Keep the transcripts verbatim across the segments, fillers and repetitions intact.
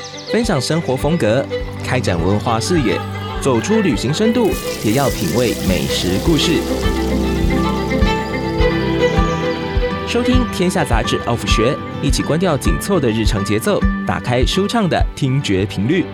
分享生活风格，开展文化视野，走出旅行深度，也要品味美食故事。收听《天下杂志》奥福学，一起关掉紧凑的日常节奏，打开舒畅的听觉频率。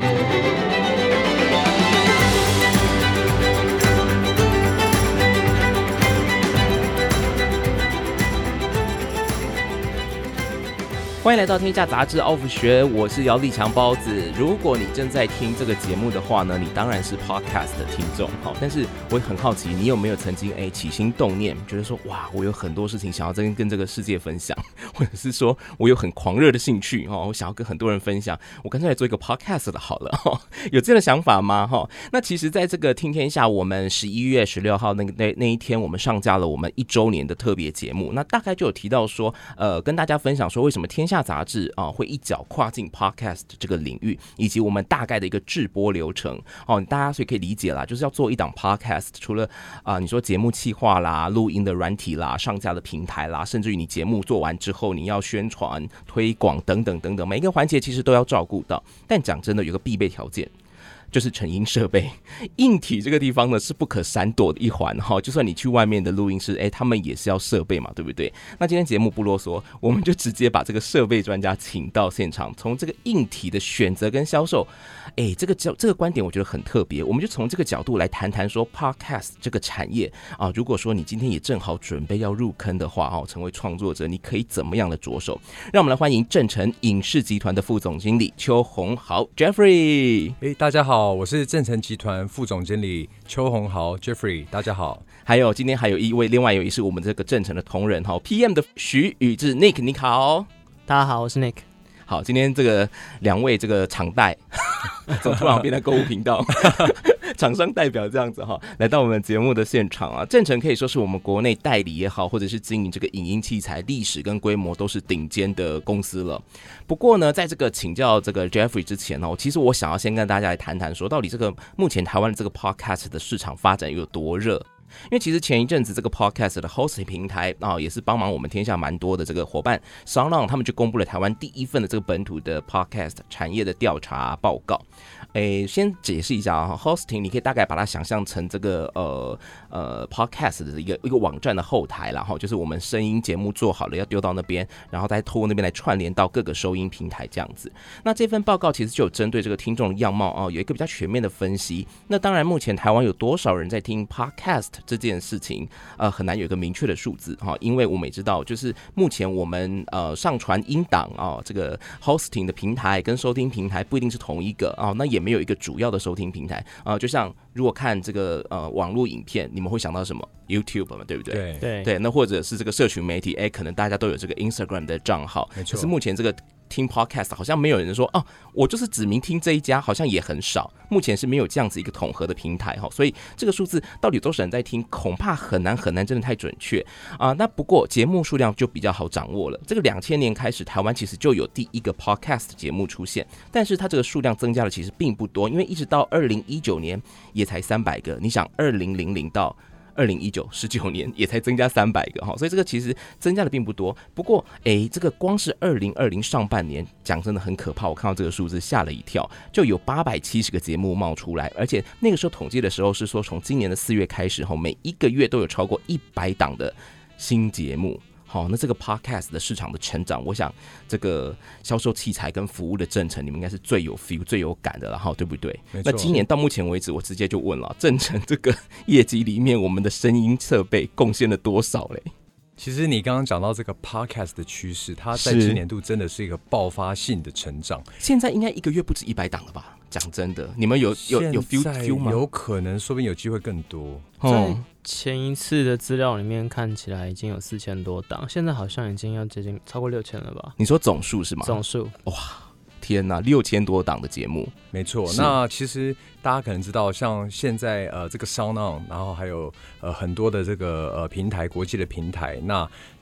欢迎来到天下杂志奥福学，我是姚立强包子。如果你正在听这个节目的话呢，你当然是 podcast 的听众。好，但是我很好奇，你有没有曾经哎起心动念，觉得说哇，我有很多事情想要跟跟这个世界分享，或者是说我有很狂热的兴趣哦，我想要跟很多人分享，我干脆来做一个 podcast 的好了哈。有这样的想法吗？哈，那其实在这个听天下，我们十一月十六号那个那那一天，我们上架了我们一周年的特别节目。那大概就有提到说，呃，跟大家分享说为什么天下杂志啊会一脚跨进 podcast 这个领域，以及我们大概的一个制播流程哦，大家所以可以理解啦，就是要做一档 podcast， 除了啊、呃、你说节目企划啦、录音的软体啦、上架的平台啦，甚至于你节目做完之后，你要宣传、推广等等等等，每一个环节其实都要照顾到。但讲真的，有个必备条件。就是成音设备，硬体这个地方呢是不可闪躲的一环哈。就算你去外面的录音室，哎，他们也是要设备嘛，对不对？那今天节目不啰嗦，我们就直接把这个设备专家请到现场，从这个硬体的选择跟销售，哎，这个这个观点我觉得很特别，我们就从这个角度来谈谈说 podcast 这个产业啊。如果说你今天也正好准备要入坑的话，哦，成为创作者，你可以怎么样的着手？让我们来欢迎正成影视集团的副总经理邱宏豪 Jeffrey。 哎，大家好。我是正成集团副总经理邱宏豪 Jeffrey， 大家好。 还有今天还有一位，另外有一位是我们这个正成的同仁哈 ，P M 的徐宇志 Nick， 你好。 大家好，我是 Nick。 好，今天这个两位这个场代，怎么突然变成购物频道？厂商代表这样子哈，来到我们节目的现场啊。正成可以说是我们国内代理也好，或者是经营这个影音器材历史跟规模都是顶尖的公司了。不过呢，在这个请教这个 Jeffrey 之前呢，其实我想要先跟大家来谈谈说，到底这个目前台湾的这个 podcast 的市场发展有多热。因为其实前一阵子这个 podcast 的 hosting 平台啊，也是帮忙我们天下蛮多的这个伙伴 SoundOn 他们就公布了台湾第一份的这个本土的 podcast 产业的调查报告。诶，先解释一下啊 ，hosting 你可以大概把它想象成这个呃呃 podcast 的一个一个网站的后台啦，哈，就是我们声音节目做好了要丢到那边，然后再透过那边来串联到各个收音平台这样子。那这份报告其实就有针对这个听众的样貌啊，有一个比较全面的分析。那当然，目前台湾有多少人在听 podcast 这件事情，呃，很难有一个明确的数字哈，因为我们也知道，就是目前我们呃上传音档啊，这个 hosting 的平台跟收听平台不一定是同一个啊，那也没有一个主要的收听平台啊、呃，就像如果看这个呃网络影片，你们会想到什么 YouTube 嘛，对不对？ 对对, 对，那或者是这个社群媒体，哎，可能大家都有这个 Instagram 的账号， 没错。 可是目前这个听 podcast 好像没有人说哦，我就是指名听这一家，好像也很少。目前是没有这样子一个统合的平台哈，所以这个数字到底有多少人在听，恐怕很难很难，真的太准确啊、呃。那不过节目数量就比较好掌握了。这个两千年开始，台湾其实就有第一个 podcast 节目出现，但是它这个数量增加的其实并不多，因为一直到二零一九年也才三百个。你想，二零零零到二零一九十九年也才增加三百个哈，所以这个其实增加的并不多。不过，哎，这个光是二零二零上半年，讲真的很可怕。我看到这个数字吓了一跳，就有八百七十个节目冒出来，而且那个时候统计的时候是说，从今年的四月开始后，每一个月都有超过一百档的新节目。好，那这个 podcast 的市场的成长，我想这个销售器材跟服务的正成，你们应该是最有 feel、最有感的了，哈，对不对？那今年到目前为止，我直接就问了，正成这个业绩里面，我们的声音设备贡献了多少嘞？ 其实你刚刚讲到这个 podcast 的趋势，它在今年度真的是一个爆发性的成长。 现在应该一个月不止一百档了吧？讲真的，你们有有有 feel feel 吗？ 有可能，说不定有机会更多。 在前一次的资料里面看起来已经有四千多档，现在好像已经要接近超过六千了吧？ 你说总数是吗？ 总数， 哇！天哪，六千多档的节目， 没错。那其实大家可能知道，像现在呃这个 SoundOn， 然后还有呃很多的这个呃平台，国际的平台，那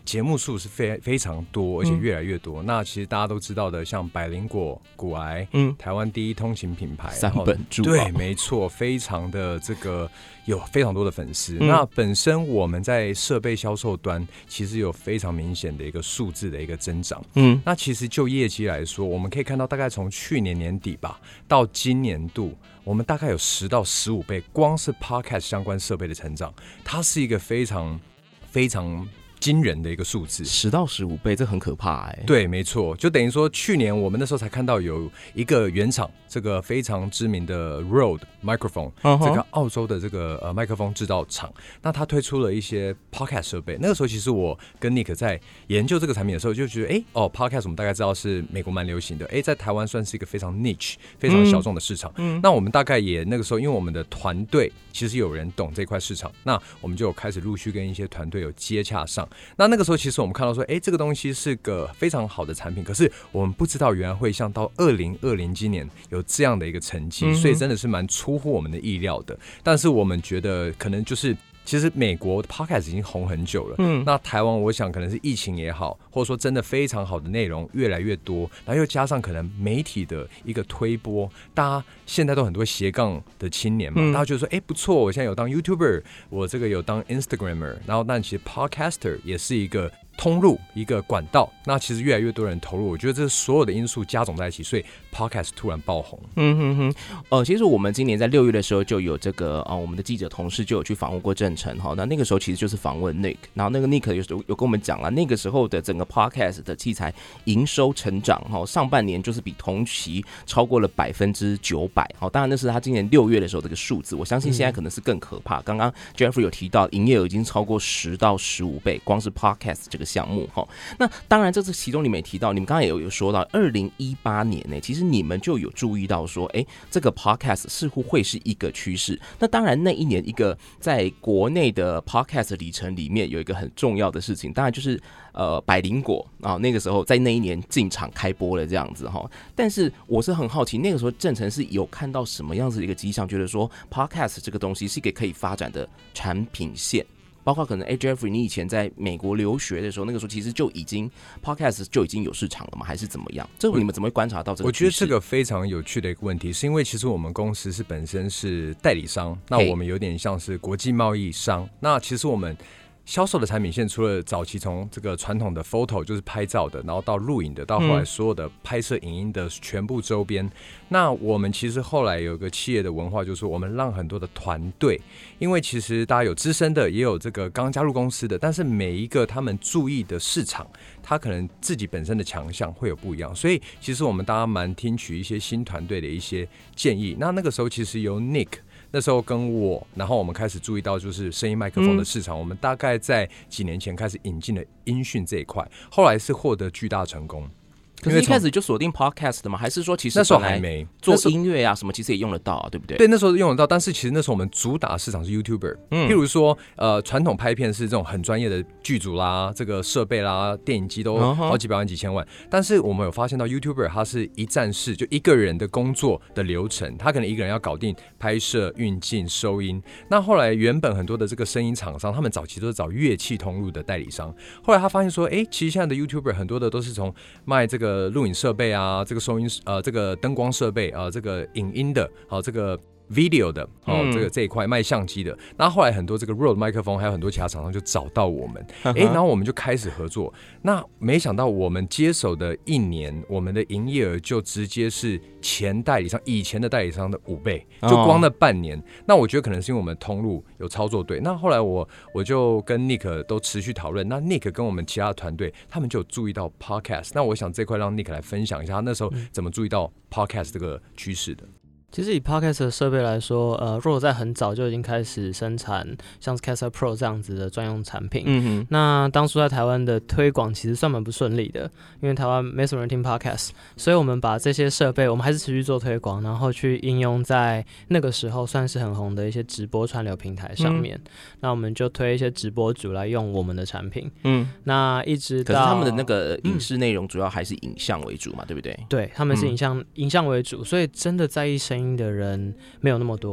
节目数是非非常多，而且越来越多。嗯、那其实大家都知道的，像百灵果、股癌，嗯，台湾第一通勤品牌， 三本柱， 对，没错，非常的这个有非常多的粉丝。嗯、那本身我们在设备销售端，其实有非常明显的一个数字的一个增长。嗯，那其实就业绩来说，我们可以看到，大概从去年年底吧，到今年度，我们大概有十到十五倍，光是 Podcast 相关设备的成长，它是一个非常非常惊人的一个数字， 十到十五倍，这很可怕哎、欸。 对，没错，就等于说去年我们那时候才看到有一个原厂，这个非常知名的 Rode Microphone，、uh-huh. 这个澳洲的这个呃麦克风制造厂，那它推出了一些 Podcast 设备。那个时候其实我跟 Nick 在研究这个产品的时候，就觉得哎哦 Podcast 我们大概知道是美国蛮流行的，哎在台湾算是一个非常 niche 非常小众的市场。嗯，那我们大概也那个时候，因为我们的团队其实有人懂这块市场，那我们就有开始陆续跟一些团队有接洽上。那那个时候其实我们看到说，哎，这个东西是个非常好的产品，可是我们不知道原来会像到二零二零今年有这样的一个成绩、嗯，所以真的是蛮出乎我们的意料的。但是我们觉得可能就是。其实美国 Podcast 已经红很久了，嗯，那台湾我想可能是疫情也好，或者说真的非常好的内容越来越多，然后又加上可能媒体的一个推播，大家现在都很多斜杠的青年嘛，嗯、大家觉得说，哎，不错，我现在有当 YouTuber， 我这个有当 Instagrammer， 然后但其实 Podcaster 也是一个通路一个管道，那其实越来越多人投入，我觉得这所有的因素加总在一起，所以 Podcast 突然爆红。 嗯哼哼，呃，其实我们今年在六月的时候就有这个啊、呃，我们的记者同事就有去访问过郑成哈，那那个时候其实就是访问 Nick， 然后那个 Nick 有有跟我们讲了，那个时候的整个 Podcast 的器材营收成长哈，上半年就是比同期超过了百分之九百，好，当然那是他今年六月的时候这个数字，我相信现在可能是更可怕。刚刚 Jeffrey 有提到，营业额已经超过十到十五倍，光是 Podcast 这个项目哈。那当然，这是其中你们也提到，你们刚才也有说到，二零一八年呢，其实你们就有注意到说，哎，这个 Podcast 似乎会是一个趋势。那当然，那一年一个在国内的 Podcast 里程里面有一个很重要的事情，当然就是呃百灵果啊，那个时候在那一年进场开播了这样子哈。但是我是很好奇，那个时候郑成是有看到什么样子的一个迹象，觉得说 Podcast 这个东西是一个可以发展的产品线。包括可能，哎 ，Jeffrey， 你以前在美国留学的时候，那个时候其实就已经 Podcast 就已经有市场了吗？还是怎么样？这你们怎么会观察到这个？ 我觉得这个非常有趣的一个问题，是因为其实我们公司是本身是代理商，那我们有点像是国际贸易商。那其实我们销售的产品线，除了早期从这个传统的 photo 就是拍照的，然后到录影的，到后来所有的拍摄影音的全部周边、嗯。那我们其实后来有一个企业的文化，就是我们让很多的团队，因为其实大家有资深的，也有这个刚加入公司的，但是每一个他们注意的市场，他可能自己本身的强项会有不一样，所以其实我们大家蛮听取一些新团队的一些建议。那那个时候其实由 Nick。那时候跟我，然后我们开始注意到就是声音麦克风的市场、嗯、我们大概在几年前开始引进了音讯这一块，后来是获得巨大成功。 可是一开始就锁定 podcast 的吗？还是说其实那时候还没做音乐啊什么，其实也用得到啊，对不对？ 对，那时候用得到，但是其实那时候我们主打市场是 YouTuber，、嗯、譬如说呃传统拍片是这种很专业的剧组啦，这个设备啦，电影机都好几百万几千万， uh-huh. 但是我们有发现到 YouTuber 它是一站式，就一个人的工作的流程，他可能一个人要搞定拍摄、运镜、收音。那后来原本很多的这个声音厂商，他们早期都是找乐器通路的代理商，后来他发现说，哎，其实现在的 YouTuber 很多的都是从卖这个录影设备啊，这个收音呃，这个灯光设备啊、呃，这个影音的，好、呃、这个 video 的，哦，嗯、这个这一块卖相机的。那后来很多这个 Rode 麦克风，还有很多其他厂商就找到我们，哎、uh-huh. ，然后我们就开始合作。那没想到我们接手的一年，我们的营业额就直接是前代理商以前的代理商的五倍，就光那半年。Oh. 那我觉得可能是因为我们通路有操作对。那后来我我就跟 Nick 都持续讨论。那 Nick 跟我们其他的团队，他们就有注意到 Podcast。那我想这块让 Nick 来分享一下，他那时候怎么注意到 Podcast 这个趋势的。 其实以 Podcast 的设备来说，呃 Rode 在很早就已经开始生产像 Caster Pro 这样子的专用产品。嗯哼。那当初在台湾的推广其实算蛮不顺利的，因为台湾没什么人听 Podcast， 所以我们把这些设备，我们还是持续做推广，然后去应用在那个时候算是很红的一些直播串流平台上面。嗯、那我们就推一些直播主来用我们的产品。嗯。那一直到， 可是他们的那个影视内容主要还是影像为主嘛，嗯、对不对？ 对，他们是影像、嗯、影像为主，所以真的在意声音的人没有那么多。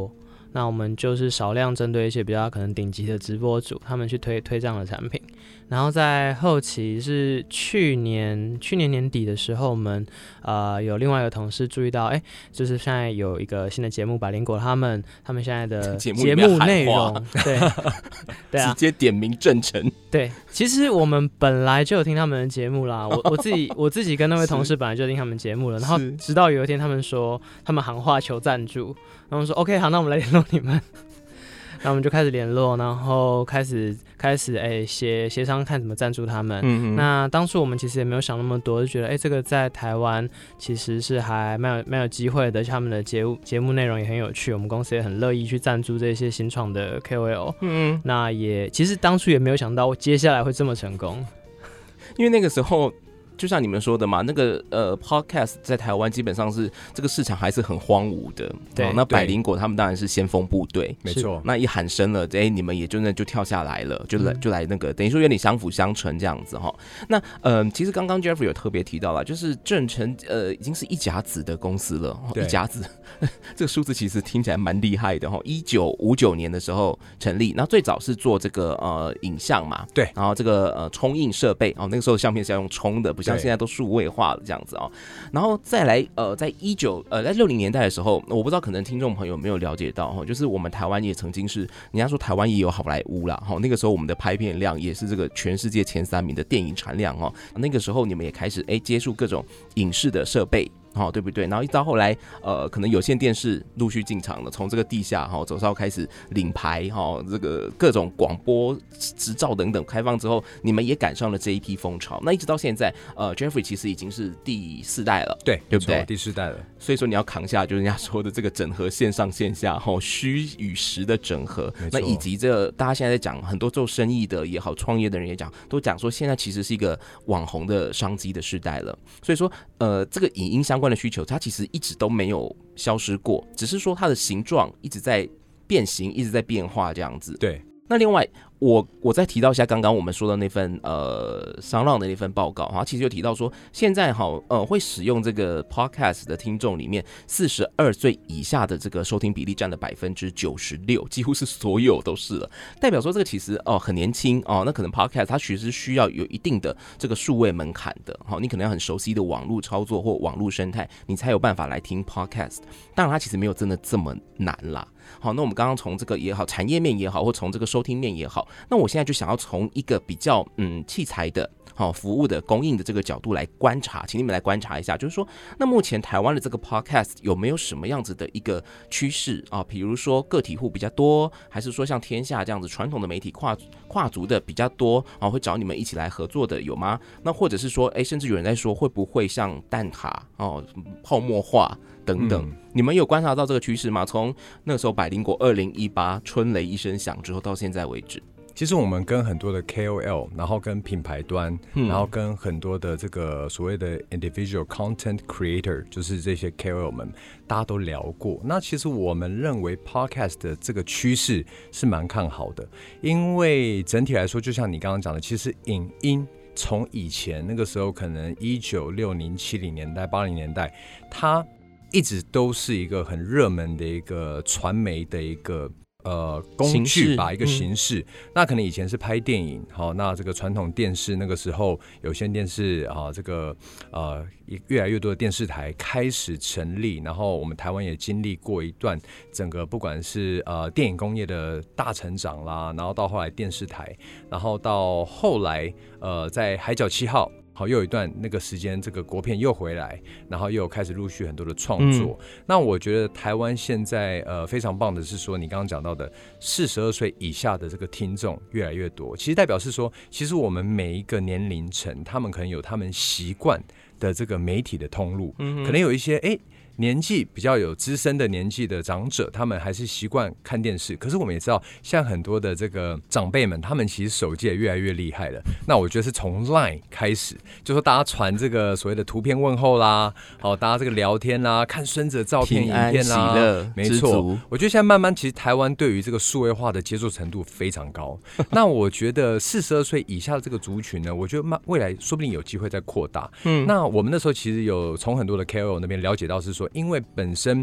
那我们就是少量针对一些比较可能顶级的直播主，他们去推推这样的产品。然后在后期是去年去年年底的时候，我们呃有另外一个同事注意到，哎，就是现在有一个新的节目，百灵果他们他们现在的节目内容，对对啊， 直接点名正成。 对，其实我们本来就有听他们的节目啦，我我自己我自己跟那位同事本来就听他们节目了，然后直到有一天他们说他们喊话求赞助，然后说 OK 好，那我们来联络你们。然后我们就开始联络，然后开始开始哎协协商看怎么赞助他们。嗯、那当初我们其实也没有想那么多，就觉得哎这个在台湾其实是还蛮有蛮有机会的，而且他们的节目节目内容也很有趣，我们公司也很乐意去赞助这些新创的 K O L。嗯，那也其实当初也没有想到接下来会这么成功， 因为那个时候。就像你们说的嘛，那个呃 podcast 在台湾基本上是这个市场还是很荒芜的。对，哦、那百灵果他们当然是先锋部队， 没错。 那一喊声了，哎，你们也就那就跳下来了，就来、嗯、就来那个，等于说有点相辅相成这样子哈。那呃，其实刚刚 Jeffrey 有特别提到了，就是正成呃已经是一甲子的公司了，一甲子这个数字其实听起来蛮厉害的哈。一九五九年的时候成立，然后最早是做这个呃影像嘛， 对， 然后这个呃冲印设备哦，那个时候相片是要用冲的，不像现在都数位化了这样子哦，然后再来呃，在一九呃在六零年代的时候，我不知道可能听众朋友有没有了解到哈，就是我们台湾也曾经是人家说台湾也有好莱坞啦哈，那个时候我们的拍片量也是这个全世界前三名的电影产量哦，那个时候你们也开始哎接触各种影视的设备。哦，对不对？然后一直到后来，呃，可能有线电视陆续进场了，从这个地下哈、哦、走上开始领牌哈、哦，这个各种广播执照等等开放之后，你们也赶上了这一批风潮。那一直到现在，呃 ，Jeffrey 其实已经是第四代了， 对， 对不对？ 第四代了。 所以说你要扛下，就是人家说的这个整合线上线下哈、哦、虚与实的整合，那以及这个、大家现在在讲很多做生意的也好，创业的人也讲，都讲说现在其实是一个网红的商机的时代了。所以说，呃，这个影音相关的需求，它其实一直都没有消失过，只是说它的形状一直在变形，一直在变化这样子。 对。 那另外，我我再提到一下刚刚我们说的那份呃商浪的那份报告哈，其实有提到说，现在哈呃会使用这个 podcast 的听众里面，四十二岁以下的这个收听比例占了百分之九十六，几乎是所有都是了，代表说这个其实哦、呃、很年轻哦，那可能 podcast 它其实需要有一定的这个数位门槛的，好，你可能要很熟悉的网络操作或网络生态，你才有办法来听 podcast。当然，它其实没有真的这么难啦。好，那我们刚刚从这个也好，产业面也好，或从这个收听面也好，那我现在就想要从一个比较嗯器材的、好服务的供应的这个角度来观察，请你们来观察一下，就是说，那目前台湾的这个 podcast 有没有什么样子的一个趋势啊？比如说个体户比较多，还是说像天下这样子传统的媒体跨跨足的比较多啊？会找你们一起来合作的有吗？那或者是说，哎，甚至有人在说会不会像蛋挞哦泡沫化？等等、嗯，你们有观察到这个趋势吗？从那个时候百灵果二零一八春雷一声响之后到现在为止， 其实我们跟很多的 K O L， 然后跟品牌端，嗯、然后跟很多的这个所谓的 individual content creator， 就是这些 K O L 们，大家都聊过。那其实我们认为 podcast 的这个趋势是蛮看好的，因为整体来说，就像你刚刚讲的，其实影音。从以前那个时候，可能一九六零、七零年代、八零年代，它一直都是一个很热门的一个传媒的一个呃工具吧，一个形式、嗯。那可能以前是拍电影，好，那这个传统电视那个时候有线电视啊，这个呃越来越多的电视台开始成立，然后我们台湾也经历过一段整个不管是呃电影工业的大成长啦，然后到后来电视台，然后到后来呃在海角七号。好，又有一段那个时间，这个国片又回来，然后又开始陆续很多的创作。嗯、那我觉得台湾现在呃非常棒的是说，你刚刚讲到的四十二岁以下的这个听众越来越多，其实代表是说，其实我们每一个年龄层，他们可能有他们习惯的这个媒体的通路，嗯、可能有一些哎。年纪比较有资深的年纪的长者，他们还是习惯看电视。可是我们也知道，像很多的这个长辈们，他们其实手机也越来越厉害了。那我觉得是从 Line 开始，就说大家传这个所谓的图片问候啦，好，大家这个聊天啦，看孙子的照片、影片啦， 喜乐， 没错。我觉得现在慢慢，其实台湾对于这个数位化的接受程度非常高。那我觉得四十二岁以下的这个族群呢，我觉得未来说不定有机会再扩大。嗯，那我们那时候其实有从很多的 K O L 那边了解到是说。因为本身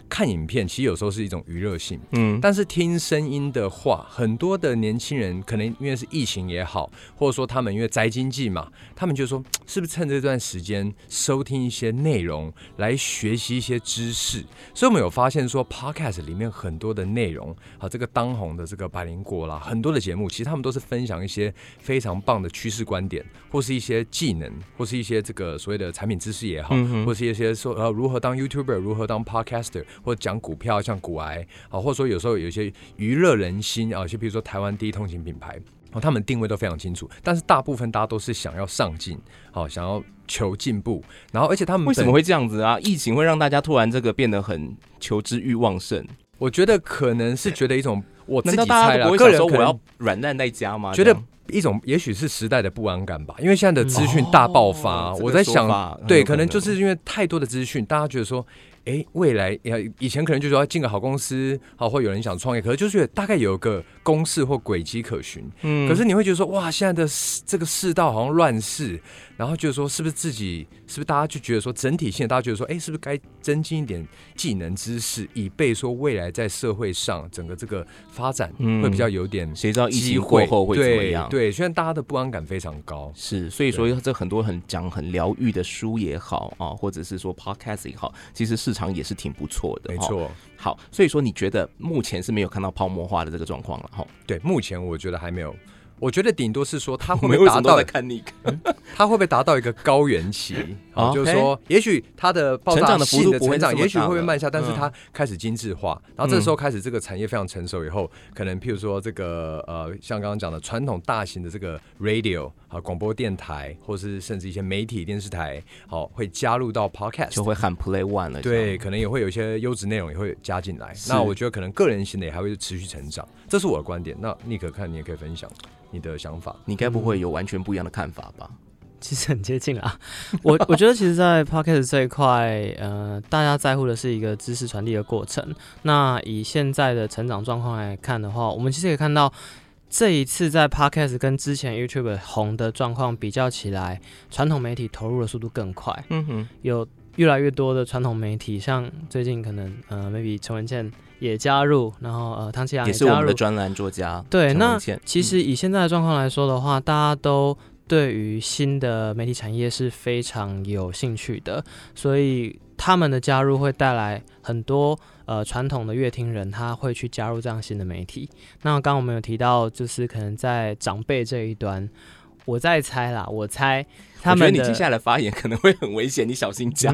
看影片其实有时候是一种娱乐性，嗯，但是听声音的话，很多的年轻人可能因为是疫情也好，或者说他们因为宅经济嘛，他们就说是不是趁这段时间收听一些内容来学习一些知识，所以我们有发现说 Podcast 里面很多的内容，好，这个当红的这个百灵果啦，很多的节目，其实他们都是分享一些非常棒的趋势观点，或是一些技能，或是一些这个所谓的产品知识也好，嗯、或是一些说呃如何当 YouTuber， 如何当 Podcaster， 或者讲股票像股癌啊，或者说有时候有一些娱乐人心啊，就比如说台湾第一通勤品牌。哦、他们定位都非常清楚，但是大部分大家都是想要上进，好、哦、想要求进步，然后而且他们为什么会这样子啊？疫情会让大家突然这个变得很求知欲旺盛？ 我觉得可能是觉得一种我自己猜啦， 难道大家都不会想说我要软烂在家吗？ 觉得一种也许是时代的不安感吧，因为现在的资讯大爆发，哦、我在想，这个、对，可能就是因为太多的资讯，大家觉得说。哎，未来以前可能就说要进个好公司，好，或有人想创业，可是就觉得大概有一个公式或轨迹可循。嗯，可是你会觉得说，哇，现在的这个世道好像乱世，然后觉得说，是不是自己，是不是大家就觉得说，整体性，大家觉得说，哎，是不是该增进一点技能知识，以备说未来在社会上整个这个发展会比较有点、嗯， 谁知道疫情过后会怎么样？ 对，对，现在大家的不安感非常高。 是，所以说这很多很讲很疗愈的书也好啊，或者是说 podcast 也好，其实市场也是挺不错的。 没错、哦。 好，所以说你觉得目前是没有看到泡沫化的这个状况了哈？ 对，目前我觉得还没有。我觉得顶多是说他会不会达到， 在看你他会不会达到一个高原期？哦、就是说，也许他的爆炸性的成长，也许会不会慢下，但是他开始精致化，嗯、然后这时候开始这个产业非常成熟以后，可能譬如说这个呃，像刚刚讲的传统大型的这个 radio 啊广播电台，或是甚至一些媒体电视台，好、哦、会加入到 podcast， 就会喊 play one 了。 对，可能也会有一些优质内容也会加进来。那我觉得可能个人型的也还会持续成长，这是我的观点。那尼克看你也可以分享你的想法， 你该不会有完全不一样的看法吧？ 其实很接近啦，我我觉得其实，在 Podcast 这一块，呃，大家在乎的是一个知识传递的过程。那以现在的成长状况来看的话，我们其实可以看到，这一次在 Podcast 跟之前 YouTube 红的状况比较起来，传统媒体投入的速度更快。嗯哼，有越来越多的传统媒体，像最近可能呃 ，maybe 陈文茜也加入，然后呃，汤启阳也加入， 也是我们的专栏作家。 对，那其实以现在的状况来说的话，大家都对于新的媒体产业是非常有兴趣的，所以他们的加入会带来很多呃传统的乐听人，他会去加入这样新的媒体。那刚刚我们有提到，就是可能在长辈这一端，我在猜啦，我猜他们的， 我觉得你接下来的发言可能会很危险，你小心讲。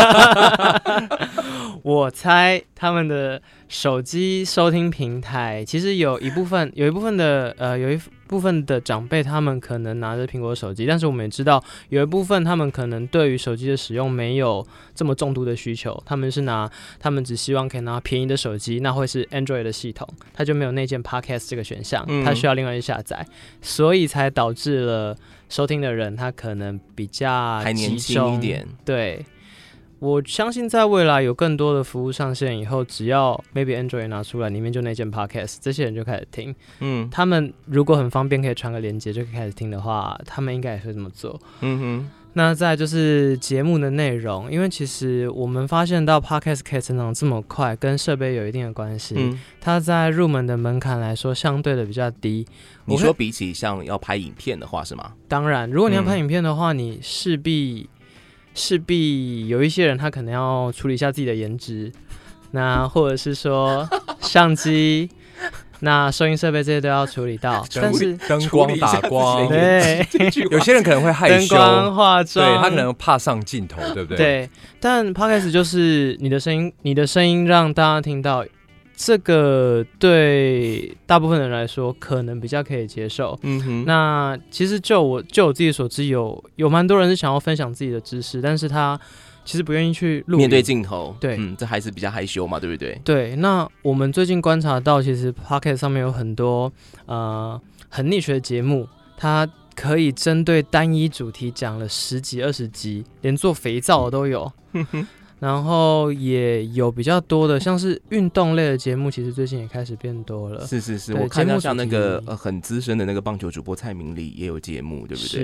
我猜他们的手机收听平台，其实有一部分，有一部分的呃，有一部分的长辈，他们可能拿着苹果手机，但是我们也知道，有一部分他们可能对于手机的使用没有这么重度的需求，他们是拿，他们只希望可以拿便宜的手机，那会是 Android 的系统，它就没有内建 Podcast 这个选项，它需要另外去下载，所以才导致了收听的人他可能比较还年轻一点， 对。我相信在未来有更多的服务上线以后，只要 maybe Android 拿出来，里面就内建 Podcast， 这些人就开始听。嗯，他们如果很方便可以传个连结就可以开始听的话，他们应该也会这么做。嗯哼。那再来就是节目的内容，因为其实我们发现到 Podcast 可以成长这么快，跟设备有一定的关系。嗯，它在入门的门槛来说，相对的比较低。 你说比起像要拍影片的话是吗？ 当然，如果你要拍影片的话，嗯、你势必。势必有一些人他可能要处理一下自己的颜值，那或者是说相机，那收音设备这些都要处理到，但是灯光打光， 对， 有些人可能会害羞， 灯光化妆， 对他可能怕上镜头，对不对？ 对，但 Podcast 就是你的声音，你的声音让大家听到。这个对大部分人来说可能比较可以接受。嗯哼，那其实就我就我自己所知有，有有蛮多人是想要分享自己的知识，但是他其实不愿意去录面对镜头。 对， 嗯，这还是比较害羞嘛，对不对？ 对，那我们最近观察到，其实 Podcast 上面有很多呃很 niche 的节目，它可以针对单一主题讲了十几二十集，连做肥皂的都有。然后也有比较多的，像是运动类的节目，其实最近也开始变多了。 是是是，我看到像那个呃很资深的那个棒球主播蔡明理也有节目，对不对？ 是。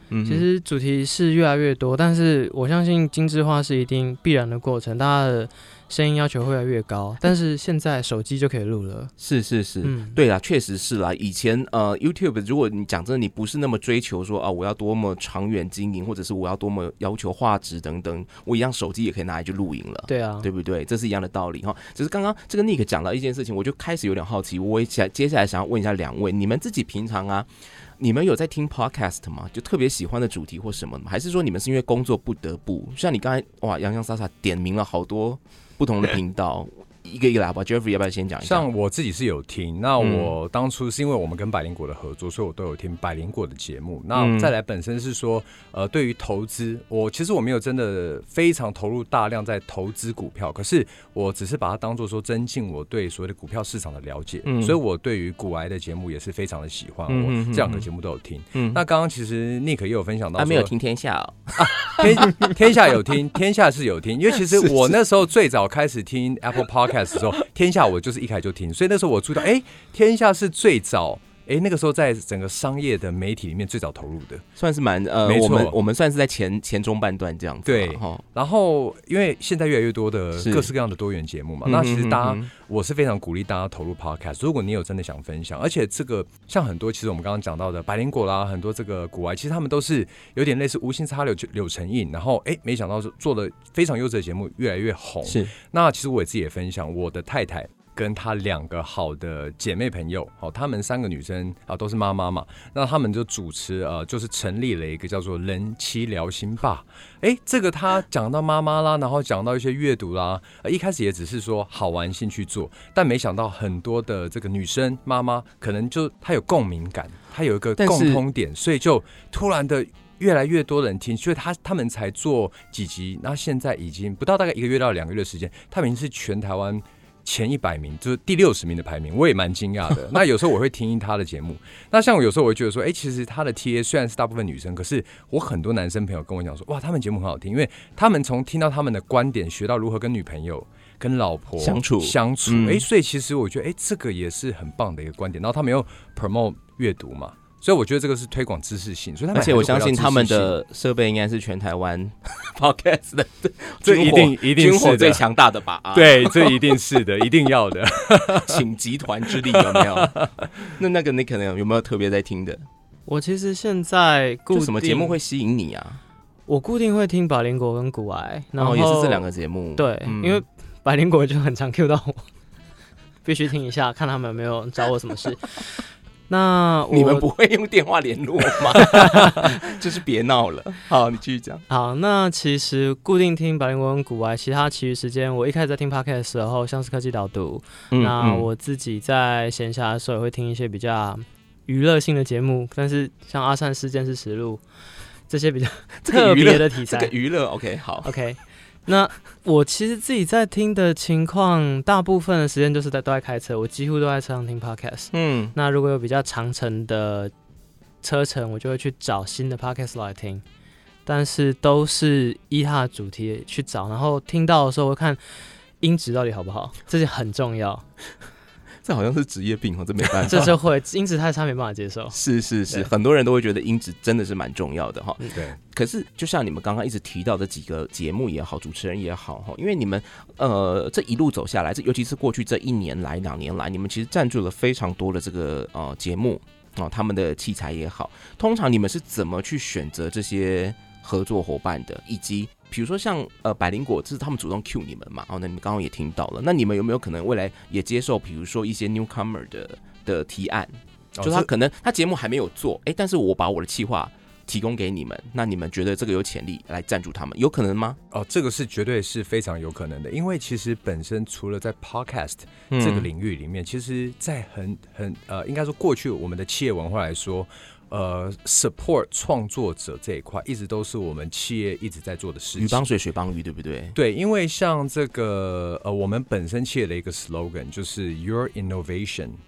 嗯，其实主题是越来越多，但是我相信精致化是一定必然的过程，大家的声音要求会越来越高，但是现在手机就可以录了。 是是是，嗯、对啦，确实是啦。以前呃 YouTube 如果你讲真的，你不是那么追求说啊我要多么长远经营，或者是我要多么要求画质等等，我一样手机也可以拿来去录影了。 对啊， 对不对？这是一样的道理哈。只是刚刚这个 Nick 讲到一件事情，我就开始有点好奇，我也想接下来想要问一下两位，你们自己平常啊。你们有在听 podcast 吗？就特别喜欢的主题或什么吗？还是说你们是因为工作不得不？像你刚才哇洋洋洒洒点名了好多不同的频道，一个一个来吧。Jeffrey 要不要先讲一下？ 像我自己是有听，那我当初是因为我们跟百灵果的合作，所以我都有听百灵果的节目。那再来本身是说，呃，对于投资，我其实我没有真的非常投入大量在投资股票，可是我只是把它当作说增进我对所谓的股票市场的了解，嗯、所以我对于股癌的节目也是非常的喜欢，嗯、我这两个节目都有听。嗯、那刚刚其实 Nick 也有分享到说， 啊，没有听天下哦， 啊、天天下有听，天下是有听，因为其实我那时候最早开始听 Apple Podcast 的时候，天下我就是一开始就听，所以那时候我注意到，哎、欸，天下是最早。哎、欸，那个时候在整个商业的媒体里面最早投入的， 算是蛮呃，我们我们算是在前前中半段这样子。 对，然后因为现在越来越多的各式各样的多元节目嘛，那其实大家我是非常鼓励大家投入 podcast。如果你有真的想分享，而且这个像很多其实我们刚刚讲到的百灵果啦，很多这个股癌，其实他们都是有点类似无心插柳柳成荫，然后哎、欸，没想到做的非常优质的节目越来越红。 是， 那其实我也自己也分享我的太太。跟她两个好的姐妹朋友，好，她们三个女生啊都是妈妈嘛，那她们就主持呃，就是成立了一个叫做人妻聊心吧。哎，这个她讲到妈妈啦，然后讲到一些阅读啦，呃，一开始也只是说好玩兴趣做，但没想到很多的这个女生妈妈可能就她有共鸣感，她有一个共通点，所以就突然的。越来越多人听，所以他他们才做几集，那现在已经不到大概一个月到两个月的时间，他们已经是全台湾前一百名，就是第六十名的排名，我也蛮惊讶的。那有时候我会听他的节目，那像我有时候我会觉得说，哎、欸，其实他的 T A 虽然是大部分女生，可是我很多男生朋友跟我讲说，哇，他们节目很好听，因为他们从听到他们的观点，学到如何跟女朋友、跟老婆相处相处，哎、嗯欸，所以其实我觉得，哎、欸，这个也是很棒的一个观点。然后他们又 promote 阅读嘛。所以我觉得这个是推广知识性，所以他们而且我相信他们的设备应该是全台湾 podcast 的， 这一定一定是军火最强大的吧？啊、 对，这一定是的，一定要的， 请集团之力有没有？那那个你可能有没有特别在听的？ 我其实现在固定就什么节目会吸引你啊？ 我固定会听百灵果跟股癌，然后、 哦、也是这两个节目。 对，嗯、因为百灵果就很常 cue 到我，必须听一下，看他们有没有找我什么事。那你们不会用电话联络吗？就是别闹了。好，你继续讲。 好，那其实固定听百灵果跟股癌，其他其余时间，我一开始在听 podcast 的时候，像是科技导读，嗯、那我自己在闲暇的时候也会听一些比较娱乐性的节目，但是像阿善事件是实录这些比较特别的题材。 这个娱乐 ，OK， 好 ，OK。那我其实自己在听的情况，大部分的时间就是在都在开车，我几乎都在车上听 podcast。嗯，那如果有比较长程的车程，我就会去找新的 podcast 来听，但是都是依它的主题去找，然后听到的时候，我会看音质到底好不好，这些很重要。 这好像是职业病哦，这没办法。 这就会音质太差，没办法接受。 是是是，很多人都会觉得音质真的是蛮重要的哈。 对。 可是就像你们刚刚一直提到的几个节目也好，主持人也好哈，因为你们呃这一路走下来，这尤其是过去这一年来、两年来，你们其实赞助了非常多的这个呃节目哦，他们的器材也好。通常你们是怎么去选择这些合作伙伴的，以及？比如说像呃百灵果，这是他们主动 cue 你们嘛，哦，那你们刚刚也听到了，那你们有没有可能未来也接受，比如说一些 newcomer 的的提案，哦、就他可能他节目还没有做，哎，但是我把我的企划提供给你们，那你们觉得这个有潜力来赞助他们，有可能吗？ 哦，这个是绝对是非常有可能的，因为其实本身除了在 podcast 这个领域里面，嗯、其实在很很呃，应该说过去我们的企业文化来说。呃 ，support 创作者这一块一直都是我们企业一直在做的事情。 鱼帮水，水帮鱼，对不对？ 对，因为像这个呃，我们本身企业的一个 slogan 就是 Your innovation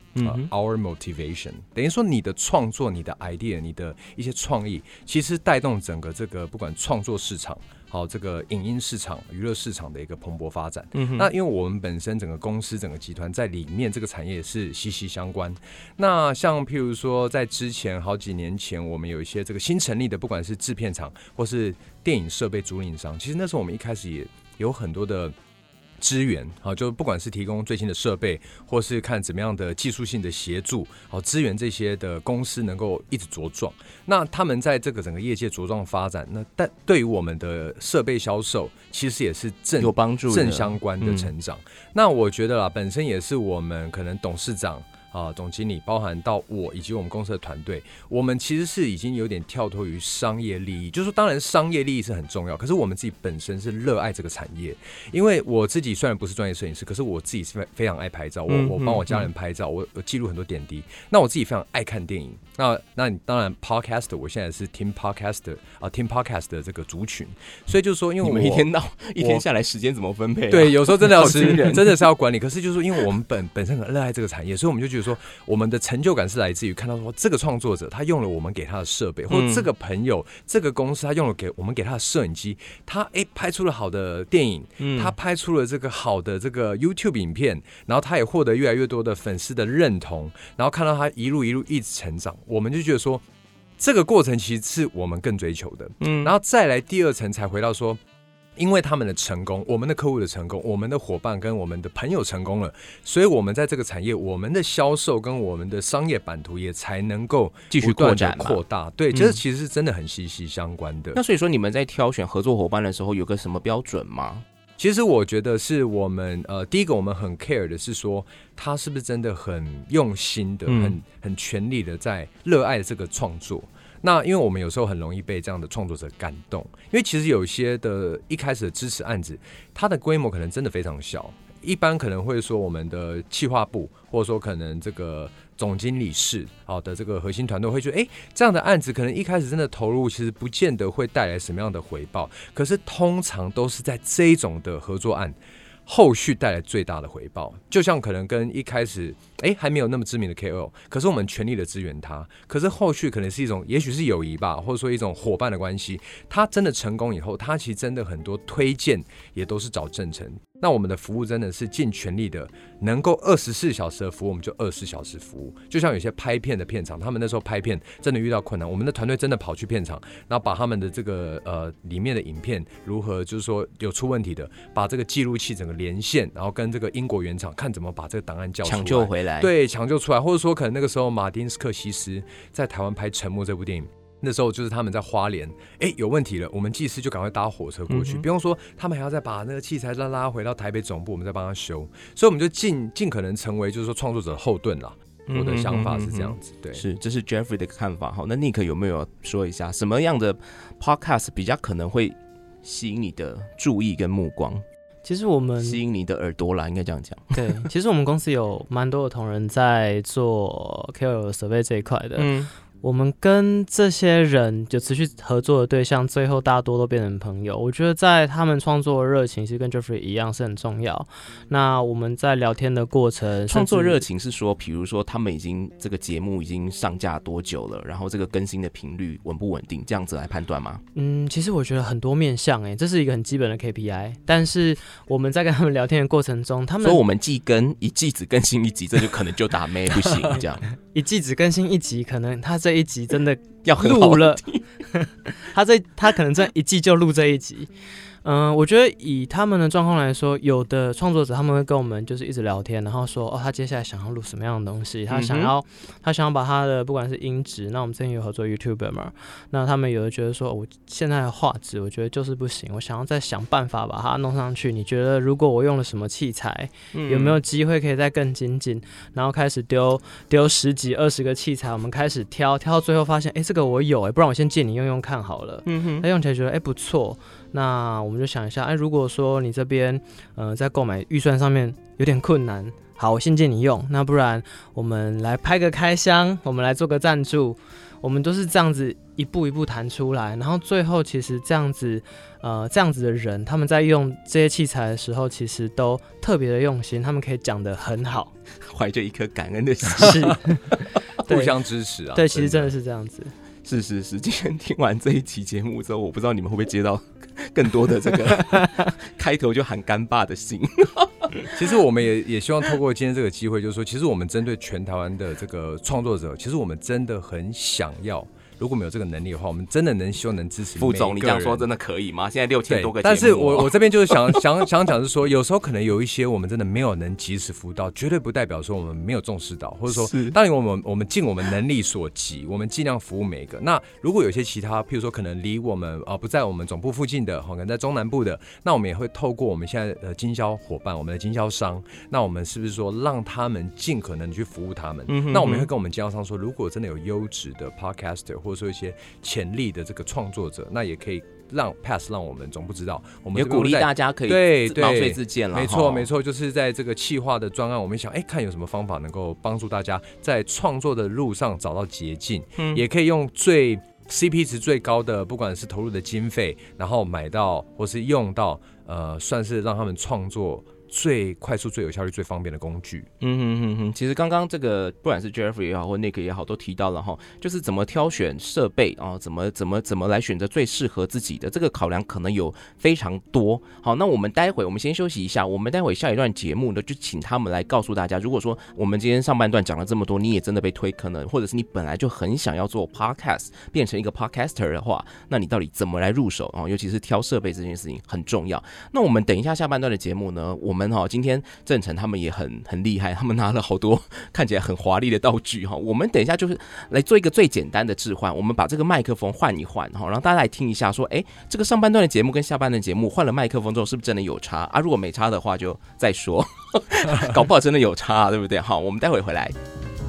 呃、our motivation， 等于说你的创作、你的 idea、你的一些创意，其实带动整个这个不管创作市场。好，这个影音市场、娱乐市场的一个蓬勃发展。嗯，那因为我们本身整个公司、整个集团在里面这个产业是息息相关。那像譬如说，在之前好几年前，我们有一些这个新成立的，不管是制片厂或是电影设备租赁商，其实那时候我们一开始也有很多的。支援好，就不管是提供最新的设备，或是看怎么样的技术性的协助，好支援这些的公司能够一直茁壮。那他们在这个整个业界茁壮发展，那但对于我们的设备销售，其实也是正有帮助、 正相关的成长。嗯、那我觉得啦，本身也是我们可能董事长。啊，总经理包含到我以及我们公司的团队，我们其实是已经有点跳脱于商业利益，就是说，当然商业利益是很重要，可是我们自己本身是热爱这个产业。因为我自己虽然不是专业摄影师，可是我自己是非常爱拍照，我我帮我家人拍照，我我记录很多点滴。那我自己非常爱看电影。那那你当然 podcast， 我现在是听 podcast 啊，听 podcast 的这个族群，所以就是说，因为我你们一天到一天下来时间怎么分配、啊？ 对，有时候真的要是真的是要管理。可是就是说，因为我们本本身很热爱这个产业，所以我们就觉得说，我们的成就感是来自于看到说，这个创作者他用了我们给他的设备，或者这个朋友、嗯、这个公司他用了给我们给他的摄影机，他哎拍出了好的电影，嗯、他拍出了这个好的这个 YouTube 影片，然后他也获得越来越多的粉丝的认同，然后看到他一路一路一直成长，我们就觉得说，这个过程其实是我们更追求的。嗯，然后再来第二层才回到说。因为他们的成功，我们的客户的成功，我们的伙伴跟我们的朋友成功了，所以我们在这个产业，我们的销售跟我们的商业版图也才能够继续扩展扩大。对，这其实是真的很息息相关的。 那所以说，你们在挑选合作伙伴的时候，有个什么标准吗？ 其实我觉得是我们呃，第一个我们很 care 的是说，他是不是真的很用心的、嗯、很很全力的在热爱这个创作。那因为我们有时候很容易被这样的创作者感动，因为其实有一些的一开始的支持案子，它的规模可能真的非常小，一般可能会说我们的企划部，或者说可能这个总经理室好的这个核心团队会觉得，哎，这样的案子可能一开始真的投入，其实不见得会带来什么样的回报，可是通常都是在这一种的合作案。后续带来最大的回报，就像可能跟一开始哎还没有那么知名的 K O L， 可是我们全力的支援他，可是后续可能是一种也许是友谊吧，或者说一种伙伴的关系，他真的成功以后，他其实真的很多推荐也都是找正成。那我们的服务真的是尽全力的，能够二十四小时的服务，我们就二十四小时服务。就像有些拍片的片场，他们那时候拍片真的遇到困难，我们的团队真的跑去片场，然后把他们的这个呃里面的影片如何就是说有出问题的，把这个记录器整个连线，然后跟这个英国原厂看怎么把这个档案叫出来， 抢救回来， 对，抢救出来，或者说可能那个时候马丁斯克西斯在台湾拍《沉默》这部电影。那时候就是他们在花莲，哎，有问题了，我们技师就赶快搭火车过去，嗯、不用说，他们还要再把那个器材拉拉回到台北总部，我们再帮他修，所以我们就尽尽可能成为就是说创作者的后盾啦。我的想法是这样子，对， 是，这是 Jeffrey 的看法。好，那 Nick 有没有说一下什么样的 podcast 比较可能会吸引你的注意跟目光？ 其实我们吸引你的耳朵啦，应该这样讲。 对，其实我们公司有蛮多的同仁在做 K O L 设备这一块的。嗯。我们跟这些人就持续合作的对象，最后大多都变成朋友。我觉得在他们创作的热情，其实跟 Jeffrey 一样是很重要。那我们在聊天的过程， 创作热情是说，比如说他们已经这个节目已经上架多久了，然后这个更新的频率稳不稳定，这样子来判断吗？ 嗯，其实我觉得很多面向，哎，这是一个很基本的 K P I。但是我们在跟他们聊天的过程中，他们说我们季更一季只更新一集，这就可能就打妹不行这样。 一季只更新一集，可能他这一集真的要录了，他这他可能这一季就录这一集。嗯、呃，我觉得以他们的状况来说，有的创作者他们会跟我们就是一直聊天，然后说哦，他接下来想要录什么样的东西，他想要、嗯、他想要把他的不管是音质，那我们之前有合作 YouTuber 嘛，那他们有的觉得说，我现在的画质我觉得就是不行，我想要再想办法把它弄上去。你觉得如果我用了什么器材，嗯、有没有机会可以再更精进？然后开始丢丢十几二十个器材，我们开始挑挑到最后发现，哎，这个我有哎，不然我先借你用用看好了。嗯哼，他用起来觉得哎不错。那我们就想一下，哎，如果说你这边呃在购买预算上面有点困难，好，我先借你用，那不然我们来拍个开箱，我们来做个赞助。 我们都是这样子一步一步弹出来，然后最后其实这样子，呃，这样子的人，他们在用这些器材的时候，其实都特别的用心，他们可以讲得很好， 怀着一颗感恩的心， 是互相支持啊。 对，其实真的是这样子。 是是是，今天听完这一期节目之后，我不知道你们会不会接到更多的这个开头就喊干爸的信。 其实我们也也希望透过今天这个机会，就是说，其实我们针对全台湾的这个创作者，其实我们真的很想要。如果没有这个能力的话，我们真的能希望能支持每一个人。 副总，你这样说真的可以吗？现在六千多个节目、哦， 但是我我这边就是想想想讲是说，有时候可能有一些我们真的没有能及时辅导，绝对不代表说我们没有重视到，或者说，当然我们我们尽我们能力所及，我们尽量服务每一个。那如果有些其他，譬如说可能离我们啊、呃、不在我们总部附近的，可能在中南部的，那我们也会透过我们现在的经销伙伴，我们的经销商，那我们是不是说让他们尽可能去服务他们？嗯、哼哼那我们也会跟我们经销商说，如果真的有优质的 podcaster， 或者说一些潜力的这个创作者，那也可以让 pass 让我们总部知道，我们也鼓励大家可以对毛遂自荐了。 没错没错，就是在这个企划的专案，我们想哎、欸、看有什么方法能够帮助大家在创作的路上找到捷径，嗯、也可以用最 C P 值最高的，不管是投入的经费，然后买到或是用到，呃，算是让他们创作最快速、最有效率、最方便的工具。 嗯哼哼哼，其实刚刚这个不管是 Jeffrey 也好，或 Nick 也好，都提到了哈，就是怎么挑选设备啊，怎么怎么怎么来选择最适合自己的，这个考量可能有非常多。好，那我们待会我们先休息一下，我们待会下一段节目呢，就请他们来告诉大家，如果说我们今天上半段讲了这么多，你也真的被推坑了，或者是你本来就很想要做 podcast， 变成一个 podcaster 的话，那你到底怎么来入手啊？尤其是挑设备这件事情很重要。那我们等一下下半段的节目呢，我们们哈，今天正成他们也很很厉害，他们拿了好多看起来很华丽的道具哈。我们等一下就是来做一个最简单的置换，我们把这个麦克风换一换哈，让大家来听一下说，哎，这个上半段的节目跟下半段的节目换了麦克风之后，是不是真的有差啊？如果没差的话，就再说，搞不好真的有差、啊，对不对？好，我们待会回来。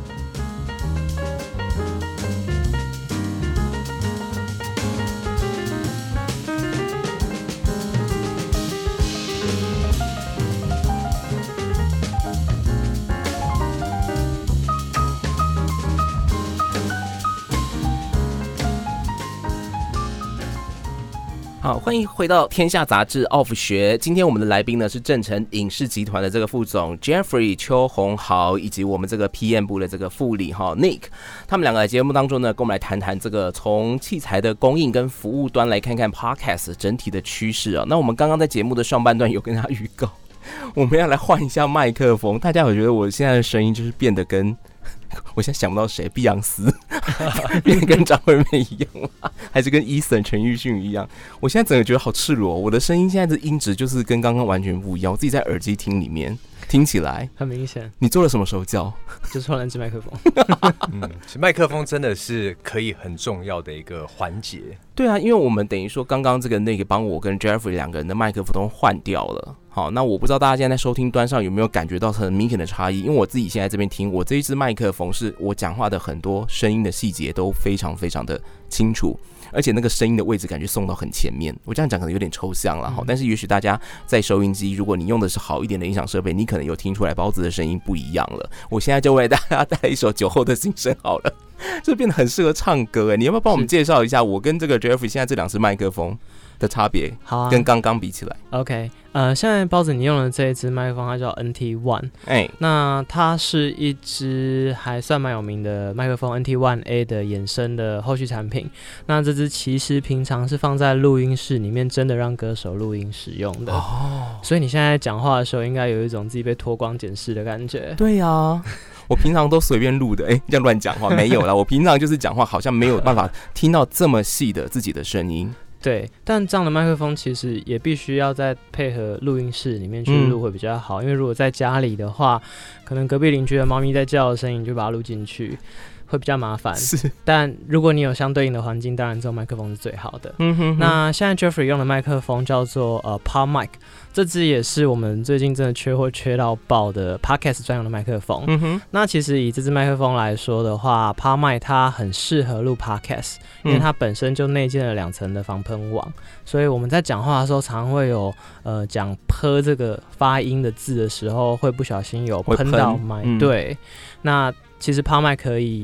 好，欢迎回到天下杂志 off 学。今天我们的来宾呢是正成影视集团的这个副总 Jeffrey 邱宏豪，以及我们这个 P M 部的这个副理哈 Nick。他们两个在节目当中呢，跟我们来谈谈这个从器材的供应跟服务端来看看 Podcast 整体的趋势啊。那我们刚刚在节目的上半段有跟大家预告，我们要来换一下麦克风。大家有觉得我现在的声音就是变得跟我现在想不到谁，碧昂斯变得跟张惠妹一样吗？还是跟 Eason 陈奕迅一样？我现在整个觉得好赤裸，我的声音现在的音质就是跟刚刚完全不一样。我自己在耳机听里面听起来很明显。 你做了什么手脚？ 就是换了一支麦克风。 嗯，其实麦克风真的是可以很重要的一个环节。 对啊，因为我们等于说刚刚这个那个帮我跟 Jeffrey 两个人的麦克风都换掉了。好，那我不知道大家现在在收听端上有没有感觉到很明显的差异？因为我自己现在这边听，我这一支麦克风是我讲话的很多声音的细节都非常非常的清楚，而且那个声音的位置感觉送到很前面。我这样讲可能有点抽象了哈，但是也许大家在收音机，如果你用的是好一点的音响设备，你可能有听出来包子的声音不一样了。我现在就为大家带来一首酒后的心声好了，这变得很适合唱歌哎，你要不要帮我们介绍一下我跟这个 Jeffrey 现在这两支麦克风的差别？好啊，跟刚刚比起来。 OK， 呃，现在包子你用的这一支麦克风，它叫 N T 一，哎，那它是一支还算蛮有名的麦克风 N T 一 A 的衍生的后续产品。那这支其实平常是放在录音室里面，真的让歌手录音使用的。哦，所以你现在讲话的时候，应该有一种自己被脱光检视的感觉。 对呀、啊。我平常都随便录的，哎、欸，这样乱讲话没有啦。我平常就是讲话，好像没有办法听到这么细的自己的声音。 对，但这样的麦克风其实也必须要在配合录音室里面去录会比较好，嗯、因为如果在家里的话，可能隔壁邻居的猫咪在叫的声音就把它录进去，会比较麻烦。是，但如果你有相对应的环境，当然这种麦克风是最好的。嗯哼哼。那现在 Jeffrey 用的麦克风叫做呃 Pod Mic。这支也是我们最近真的缺货缺到爆的 Podcast 专用的麦克风。嗯哼，那其实以这支麦克风来说的话 ，Pod Mic 它很适合录 Podcast， 因为它本身就内建了两层的防喷网，所以我们在讲话的时候，常常会有呃讲“喷”这个发音的字的时候，会不小心有喷到麦。嗯、对，那其实 Pod Mic 可以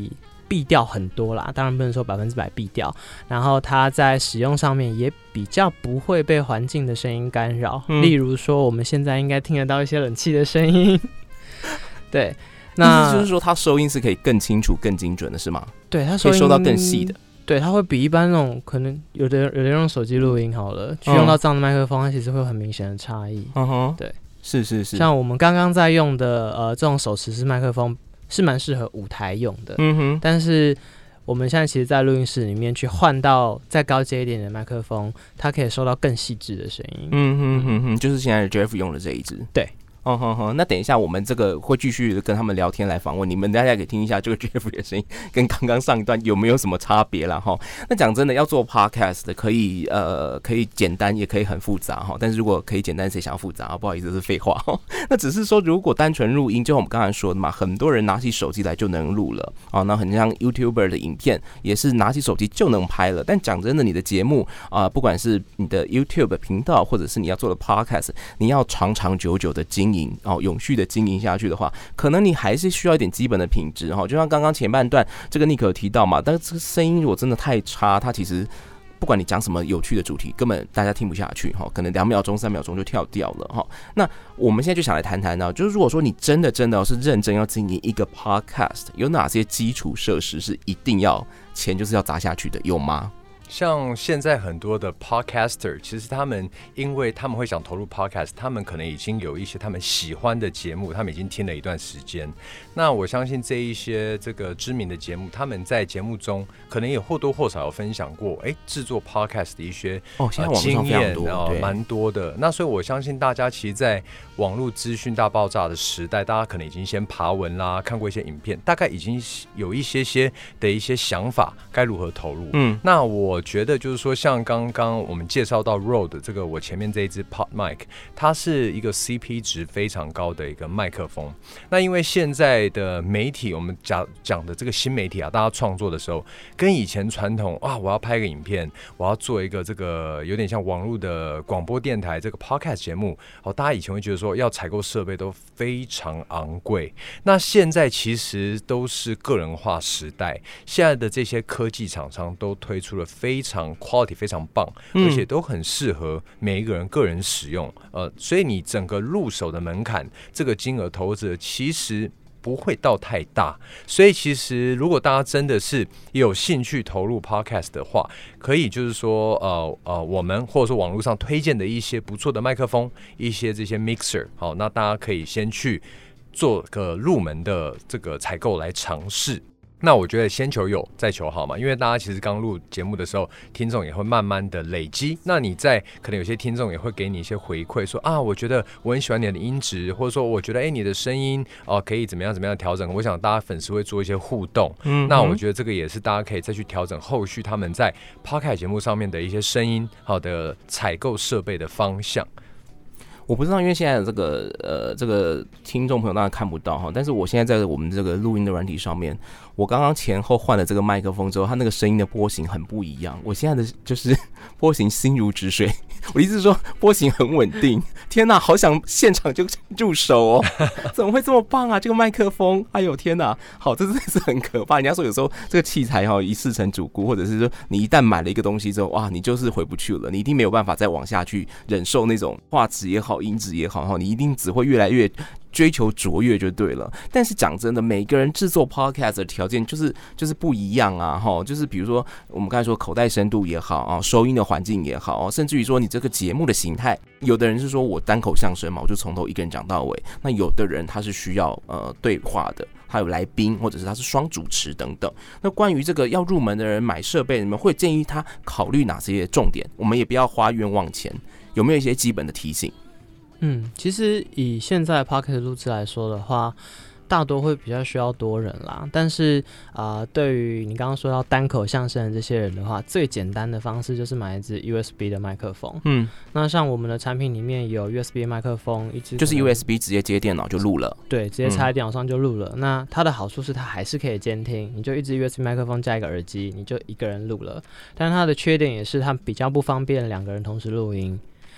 避掉很多啦，当然不能说百分之百避掉。然后它在使用上面也比较不会被环境的声音干扰，嗯、例如说我们现在应该听得到一些冷气的声音。对，那意思就是说它收音是可以更清楚、更精准的，是吗？ 对，它收音可以收到更细的。 对，它会比一般那种可能有的有的人用手机录音好了，去用到这样的麦克风，它其实会有很明显的差异。 嗯哼， 对， 是是是。 像我们刚刚在用的呃这种手持式麦克风。是蛮适合舞台用的，嗯哼。但是我们现在其实，在录音室里面去换到再高阶一点的麦克风，它可以收到更细致的声音。 嗯哼哼哼，就是现在的 Jeff 用的这一支。 对。 哦哼哼，那等一下我们这个会继续跟他们聊天来访问你们，大家可以听一下这个 Jeff 的声音跟刚刚上一段有没有什么差别啦齁。那讲真的，要做 podcast 的可以呃可以简单，也可以很复杂齁。但是如果可以简单，谁想要复杂？不好意思，这是废话齁。那只是说，如果单纯录音，就像我们刚才说的嘛，很多人拿起手机来就能录了啊。那很像 YouTuber 的影片，也是拿起手机就能拍了。但讲真的，你的节目啊、呃，不管是你的 YouTube 频道，或者是你要做的 podcast， 你要长长久久的经营哦，永续的经营下去的话，可能你还是需要一点基本的品质哈。就像刚刚前半段这个 Nick 有提到嘛，但是这个声音如果真的太差，它其实不管你讲什么有趣的主题，根本大家听不下去哈，可能两秒钟、三秒钟就跳掉了哈。那我们现在就想来谈谈呢，就是如果说你真的真的是认真要经营一个 podcast， 有哪些基础设施是一定要钱就是要砸下去的，有吗？ 像现在很多的 podcaster， 其实他们因为他们会想投入 podcast， 他们可能已经有一些他们喜欢的节目，他们已经听了一段时间。那我相信这一些这个知名的节目，他们在节目中可能也或多或少有分享过，哎，制作 podcast 的一些哦，现在网络上非常多， 哦，蛮多的。那所以我相信大家其实，在网络资讯大爆炸的时代，大家可能已经先爬文啦，看过一些影片，大概已经有一些些的一些想法，该如何投入。嗯，那我。我觉得就是说，像刚刚我们介绍到 Rode 这个，我前面这一支 Pod Mic， 它是一个 C P 值非常高的一个麦克风。那因为现在的媒体，我们讲讲的这个新媒体啊，大家创作的时候，跟以前传统啊，我要拍个影片，我要做一个这个有点像网络的广播电台这个 Podcast 节目，哦，大家以前会觉得说要采购设备都非常昂贵。那现在其实都是个人化时代，现在的这些科技厂商都推出了非常 quality 非常棒，而且都很适合每一个人个人使用。呃，所以你整个入手的门槛，这个金额投资其实不会到太大。所以其实如果大家真的是有兴趣投入 podcast 的话，可以就是说呃呃，我们或者说网络上推荐的一些不错的麦克风，一些这些 mixer， 好，那大家可以先去做个入门的这个采购来尝试。那我觉得先求有再求好嘛，因为大家其实刚录节目的时候，听众也会慢慢的累积。那你在可能有些听众也会给你一些回馈，说啊，我觉得我很喜欢你的音质，或者说我觉得哎、欸、你的声音哦、呃、可以怎么样怎么样调整。我想大家粉丝会做一些互动，嗯，那我觉得这个也是大家可以再去调整后续他们在 Podcast 节目上面的一些声音好的采购设备的方向。 我不知道，因为现在的这个呃这个听众朋友当然看不到哈，但是我现在在我们这个录音的软体上面，我刚刚前后换了这个麦克风之后，它那个声音的波形很不一样。我现在的就是波形心如止水，我意思是说波形很稳定。天哪，好想现场就入手哦！怎么会这么棒啊？这个麦克风，哎呦天哪，好，这真的是很可怕。人家说有时候这个器材哈一试成主顾，或者是说你一旦买了一个东西之后，哇，你就是回不去了，你一定没有办法再往下去忍受那种画质也好。音质也好，你一定只会越来越追求卓越就对了。但是讲真的，每个人制作 podcast 的条件就是就是不一样啊，就是比如说我们刚才说口袋深度也好啊，收音的环境也好，甚至于说你这个节目的形态，有的人是说我单口相声嘛，我就从头一个人讲到尾。那有的人他是需要呃对话的，还有来宾，或者是他是双主持等等。那关于这个要入门的人买设备，你们会建议他考虑哪些重点？我们也不要花冤枉钱，有没有一些基本的提醒？ 嗯，其实以现在 Podcast 录制来说的话，大多会比较需要多人啦。但是啊、呃，对于你刚刚说到单口相声的这些人的话，最简单的方式就是买一支 U S B 的麦克风。嗯，那像我们的产品里面有 U S B 麦克风，一支就是 U S B 直接接电脑就录了。 对，直接插在电脑上就录了。嗯、那它的好处是它还是可以监听，你就一支 U S B 麦克风加一个耳机，你就一个人录了。但它的缺点也是它比较不方便两个人同时录音。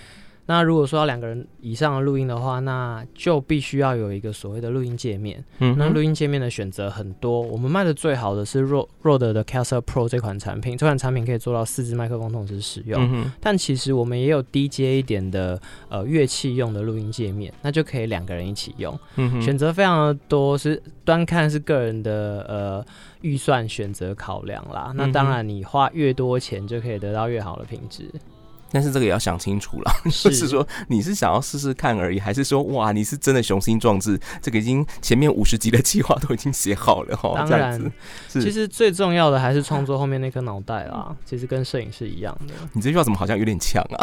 那如果说要两个人以上的录音的话，那就必须要有一个所谓的录音界面。嗯、那录音界面的选择很多，我们卖的最好的是 Rode 的 Caster Pro 这款产品，这款产品可以做到四支麦克风同时使用。嗯、但其实我们也有低阶一点的呃乐器用的录音界面，那就可以两个人一起用。嗯、选择非常的多，是端看是个人的呃预算选择考量啦。那当然你花越多钱就可以得到越好的品质。 但是这个也要想清楚了，就是说你是想要试试看而已，还是说哇你是真的雄心壮志？这个已经前面五十集的计划都已经写好了哈。 当然，其实最重要的还是创作后面那颗脑袋啦。其实跟摄影是一样的。 你这句话怎么好像有点强啊？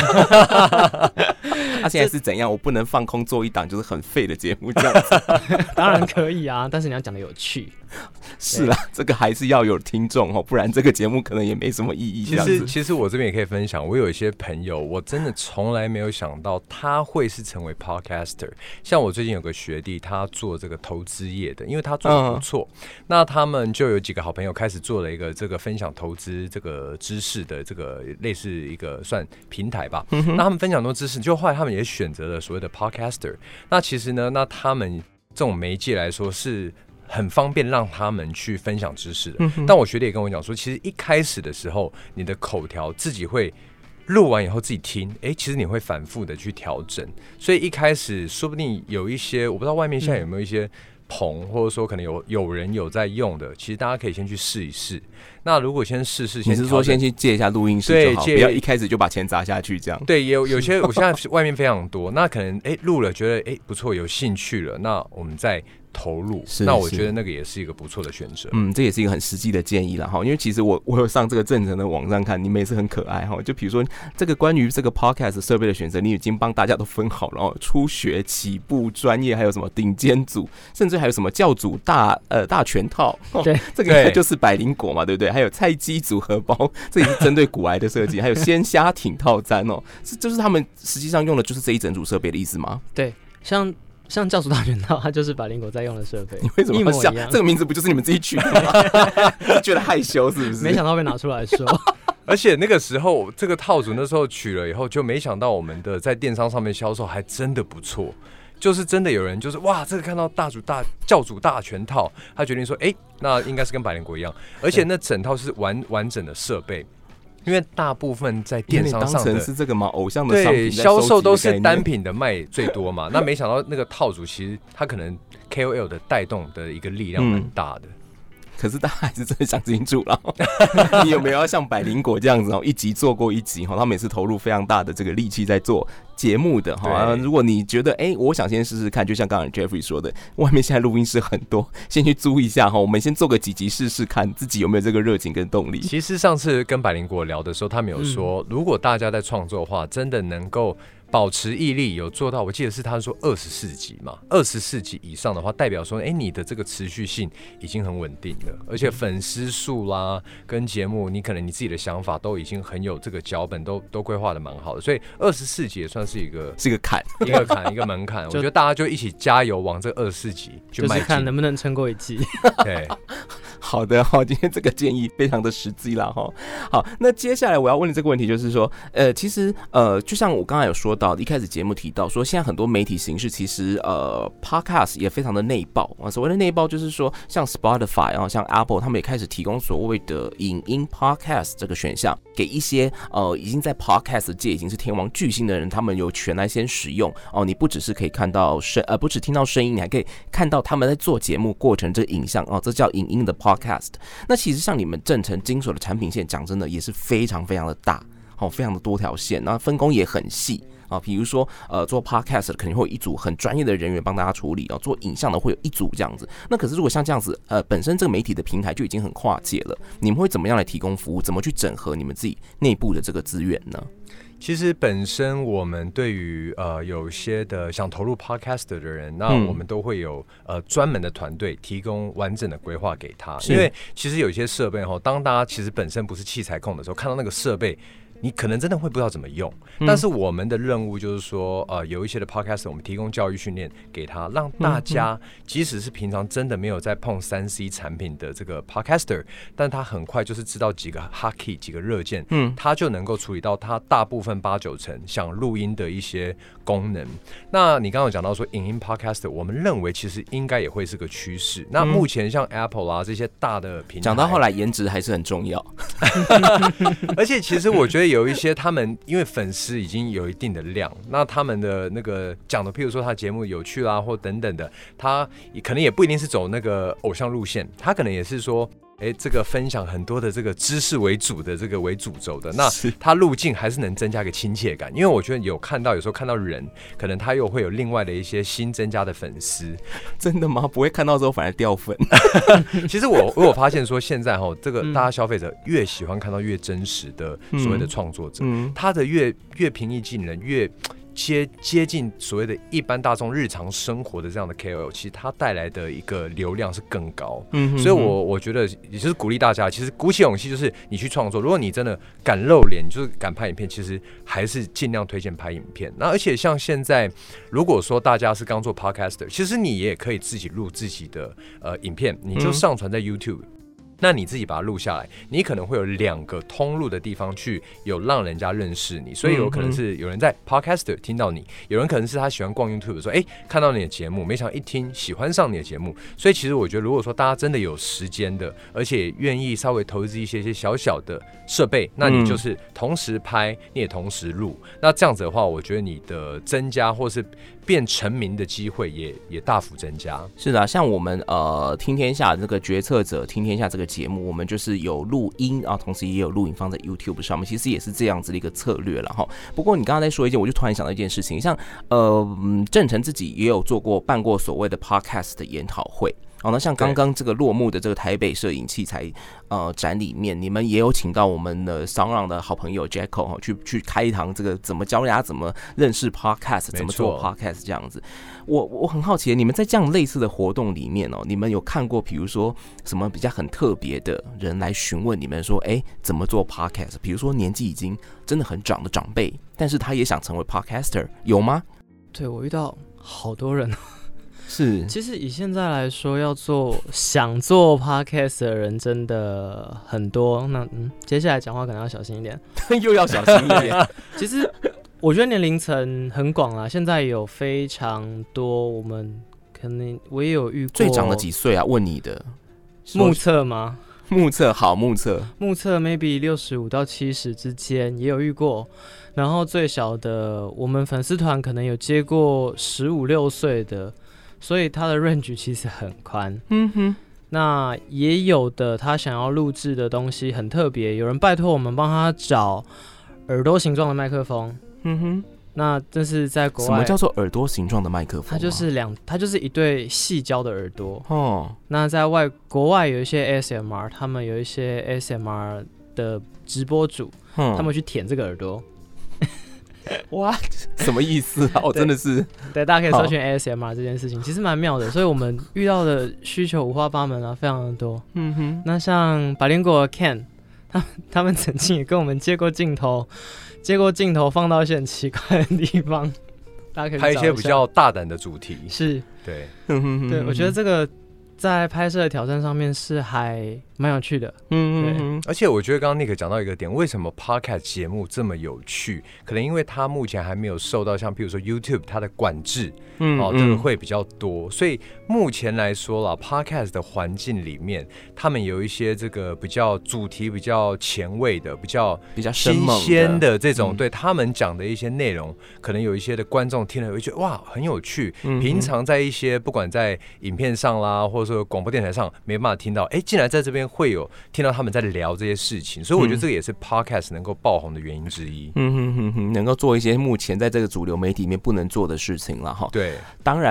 他、啊、现在是怎样？我不能放空做一档就是很废的节目这样子？ 当然可以啊，但是你要讲的有趣。 是啦，这个还是要有听众哦，不然这个节目可能也没什么意义。 其实，其实我这边也可以分享，我有一些朋友，我真的从来没有想到他会是成为 podcaster。像我最近有个学弟，他做这个投资业的，因为他做得不错，嗯、那他们就有几个好朋友开始做了一个这个分享投资这个知识的这个类似一个算平台吧。嗯、那他们分享很多知识，就后来他们也选择了所谓的 podcaster。那其实呢，那他们这种媒介来说是很方便让他们去分享知识的。嗯、但我学弟也跟我讲说，其实一开始的时候，你的口条自己会录完以后自己听，哎、欸，其实你会反复的去调整。所以一开始说不定有一些，我不知道外面现在有没有一些棚，嗯、或者说可能有有人有在用的，其实大家可以先去试一试。那如果先试试， 你是说先去借一下录音室就好，不要一开始就把钱砸下去这样？ 对，有有些我现在外面非常多，那可能哎录了觉得哎不错，有兴趣了，那我们再投入，那我觉得那个也是一个不错的选择。 嗯，这也是一个很实际的建议啦哈。因为其实我我有上这个正成的网站看，你们也是很可爱哈。就比如说这个关于这个 podcast 设备的选择，你已经帮大家都分好了哦，初学、起步、专业，还有什么顶尖组，甚至还有什么教主大呃大全套。 对， 这个就是百灵果嘛，对不对？还有菜鸡组合包，这也是针对骨癌的设计。还有鲜虾挺套餐哦，是就是他们实际上用的就是这一整组设备的意思吗？ 对，像。像教主大全套，它就是百灵果在用的设备。 你为什么要笑？这个名字不就是你们自己取的吗？是觉得害羞是不是？ 没想到被拿出来说。 而且那个时候，这个套组那时候取了以后，就没想到我们的在电商上面销售还真的不错。就是真的有人就是哇，这个看到大主大教主大全套，他决定说，哎、欸，那应该是跟百灵果一样，而且那整套是完完整的设备。因为大部分在电商上的当成是这个嘛偶像的商品， 对销售都是单品的卖最多嘛，那没想到那个套组其实它可能 K O L 的带动的一个力量蛮大的。嗯， 可是大家还是真的想清楚了，你有没有要像百灵果这样子哦，一集做过一集哈，他们也是投入非常大的这个力气在做节目的哈。如果你觉得哎、欸，我想先试试看，就像刚刚 Jeffrey 说的，外面现在录音室很多，先去租一下哈，我们先做个几集试试看，自己有没有这个热情跟动力。 其实上次跟百灵果聊的时候，他们有说，嗯、如果大家在创作的话，真的能够保持毅力，有做到，我记得是他说二十四集嘛，二十四集以上的话，代表说，哎、欸，你的这个持续性已经很稳定了，而且粉丝数啦，跟节目，你可能你自己的想法都已经很有这个脚本，都都规划的蛮好的，所以二十四集也算是一个是一个坎， 一个坎，一个门槛。我觉得大家就一起加油，往这二十四集去迈进， 就是看能不能撑过一季。 对。 好的，好，今天这个建议非常的实际啦哈。好，那接下来我要问的这个问题就是说，呃，其实呃，就像我刚才有说到，一开始节目提到说，现在很多媒体形式其实呃 ，podcast 也非常的内爆啊。所谓的内爆就是说，像 Spotify 啊，像 Apple， 他们也开始提供所谓的影音 podcast 这个选项，给一些呃已经在 podcast 界已经是天王巨星的人，他们有权来先使用哦。你不只是可以看到声，呃，不只听到声音，你还可以看到他们在做节目过程这个影像哦，这叫影音的 podcast。那其实像你们正成经手的产品线，讲真的也是非常非常的大，好，非常的多条线，然后分工也很细啊。比如说，呃，做 podcast 的肯定会有一组很专业的人员帮大家处理啊，做影像的会有一组这样子。那可是如果像这样子，呃，本身这个媒体的平台就已经很跨界了，你们会怎么样来提供服务？怎么去整合你们自己内部的这个资源呢？ 其实本身我们对于呃有些的想投入 podcast 的人，那我们都会有呃专门的团队提供完整的规划给他，因为其实有一些设备哈，当大家其实本身不是器材控的时候，看到那个设备你可能真的会不知道怎么用。嗯、但是我们的任务就是说，呃，有一些的 podcast 我们提供教育训练给他，让大家即使是平常真的没有在碰三 C 产品的这个 podcaster， 但他很快就是知道几个 hotkey 几个热键，嗯，他就能够处理到他大部分八九成想录音的一些功能。那你刚刚有讲到说影音 podcaster， 我们认为其实应该也会是个趋势。那目前像 Apple 啊这些大的平台， 讲到后来颜值还是很重要， 而且其实我觉得有一些他们因为粉丝已经有一定的量，那他们的那个讲的，譬如说他节目有趣啦或等等的，他可能也不一定是走那个偶像路线，他可能也是说。哎，这个分享很多的这个知识为主的这个为主轴的，那它路径还是能增加一个亲切感，因为我觉得有看到有时候看到人，可能他又会有另外的一些新增加的粉丝。 真的吗？不会看到之后反而掉粉？ 其实我我有发现说，现在哈，这个大家消费者越喜欢看到越真实的所谓的创作者，嗯、他的越越平易近人，越。接接近所谓的一般大众日常生活的这样的 K O L， 其实它带来的一个流量是更高。嗯哼哼，所以我我觉得也就是鼓励大家，其实鼓起勇气，就是你去创作。如果你真的敢露脸，你就是敢拍影片，其实还是尽量推荐拍影片。那而且像现在，如果说大家是刚做 podcaster， 其实你也可以自己录自己的呃影片，你就上传在 YouTube。嗯，那你自己把它录下来，你可能会有两个通路的地方去有让人家认识你，所以有可能是有人在 Podcaster 听到你，有人可能是他喜欢逛 YouTube 说，哎、欸，看到你的节目，没想到一听喜欢上你的节目，所以其实我觉得，如果说大家真的有时间的，而且愿意稍微投资一些些小小的设备，那你就是同时拍，你也同时录，那这样子的话，我觉得你的增加或是变成名的机会也也大幅增加。 是的、啊，像我们呃听天下这个决策者听天下这个节目，我们就是有录音啊，同时也有录影放在 YouTube 上面，其实也是这样子的一个策略了哈。不过你刚刚在说一件，我就突然想到一件事情，像呃郑成自己也有做过办过所谓的 Podcast 的研讨会。好、哦，那像刚刚这个落幕的这个台北摄影器材呃展里面，你们也有请到我们的SoundOn的好朋友 Jacko 哈，去去开一堂这个怎么教大家怎么认识 Podcast， 怎么做 Podcast 这样子。我我很好奇，你们在这样类似的活动里面哦，你们有看过比如说什么比较很特别的人来询问你们说，哎，怎么做 Podcast？ 比如说年纪已经真的很长的长辈，但是他也想成为 Podcaster， 有吗？ 对，我遇到好多人。 是， 其实以现在来说，要做想做 podcast 的人真的很多。那嗯，接下来讲话可能要小心一点， 又要小心一点。 其实我觉得年龄层很广啦，现在有非常多，我们可能我也有遇过。 最长的几岁啊？问你的目测吗？ 目测好，目测目测 maybe 六十五到七十之间也有遇过。然后最小的，我们粉丝团可能有接过十五六岁的。所以他的 range 其实很宽，嗯哼。那也有的他想要录制的东西很特别，有人拜托我们帮他找耳朵形状的麦克风，嗯哼。那这是在国外， 什么叫做耳朵形状的麦克风、啊？ 它就是两，它就是一对细胶的耳朵哦。那在外国外有一些 A S M R， 他们有一些 A S M R 的直播主，嗯、他们去舔这个耳朵。 哇，什么意思啊？我真的是对, 对，大家可以搜寻 A S M R 这件事情，其实蛮妙的。所以我们遇到的需求五花八门啊，非常的多。嗯哼，那像百灵果 Ken， 他们他们曾经也跟我们接过镜头，接过镜头放到一些很奇怪的地方，大家可以找一下拍一些比较大胆的主题。 是， 对， 对，我觉得这个在拍摄的挑战上面是还蛮有趣的。嗯嗯，而且我觉得刚刚 Nick 讲到一个点，为什么 Podcast 节目这么有趣？可能因为它目前还没有受到像譬如说 YouTube 它的管制，嗯，哦，这个会比较多，所以目前来说啦 Podcast 的环境里面，他们有一些这个比较主题比较前卫的、比较比较新鲜的这种，嗯、对他们讲的一些内容，可能有一些的观众听了会觉得哇很有趣。嗯、平常在一些不管在影片上啦，或者说广播电台上没办法听到，哎，竟然在这边会有听到他们在聊这些事情，所以我觉得这个也是 Podcast 能够爆红的原因之一。 嗯哼哼哼，能够做一些目前在这个主流媒体里面不能做的事情了哈。 对， 当然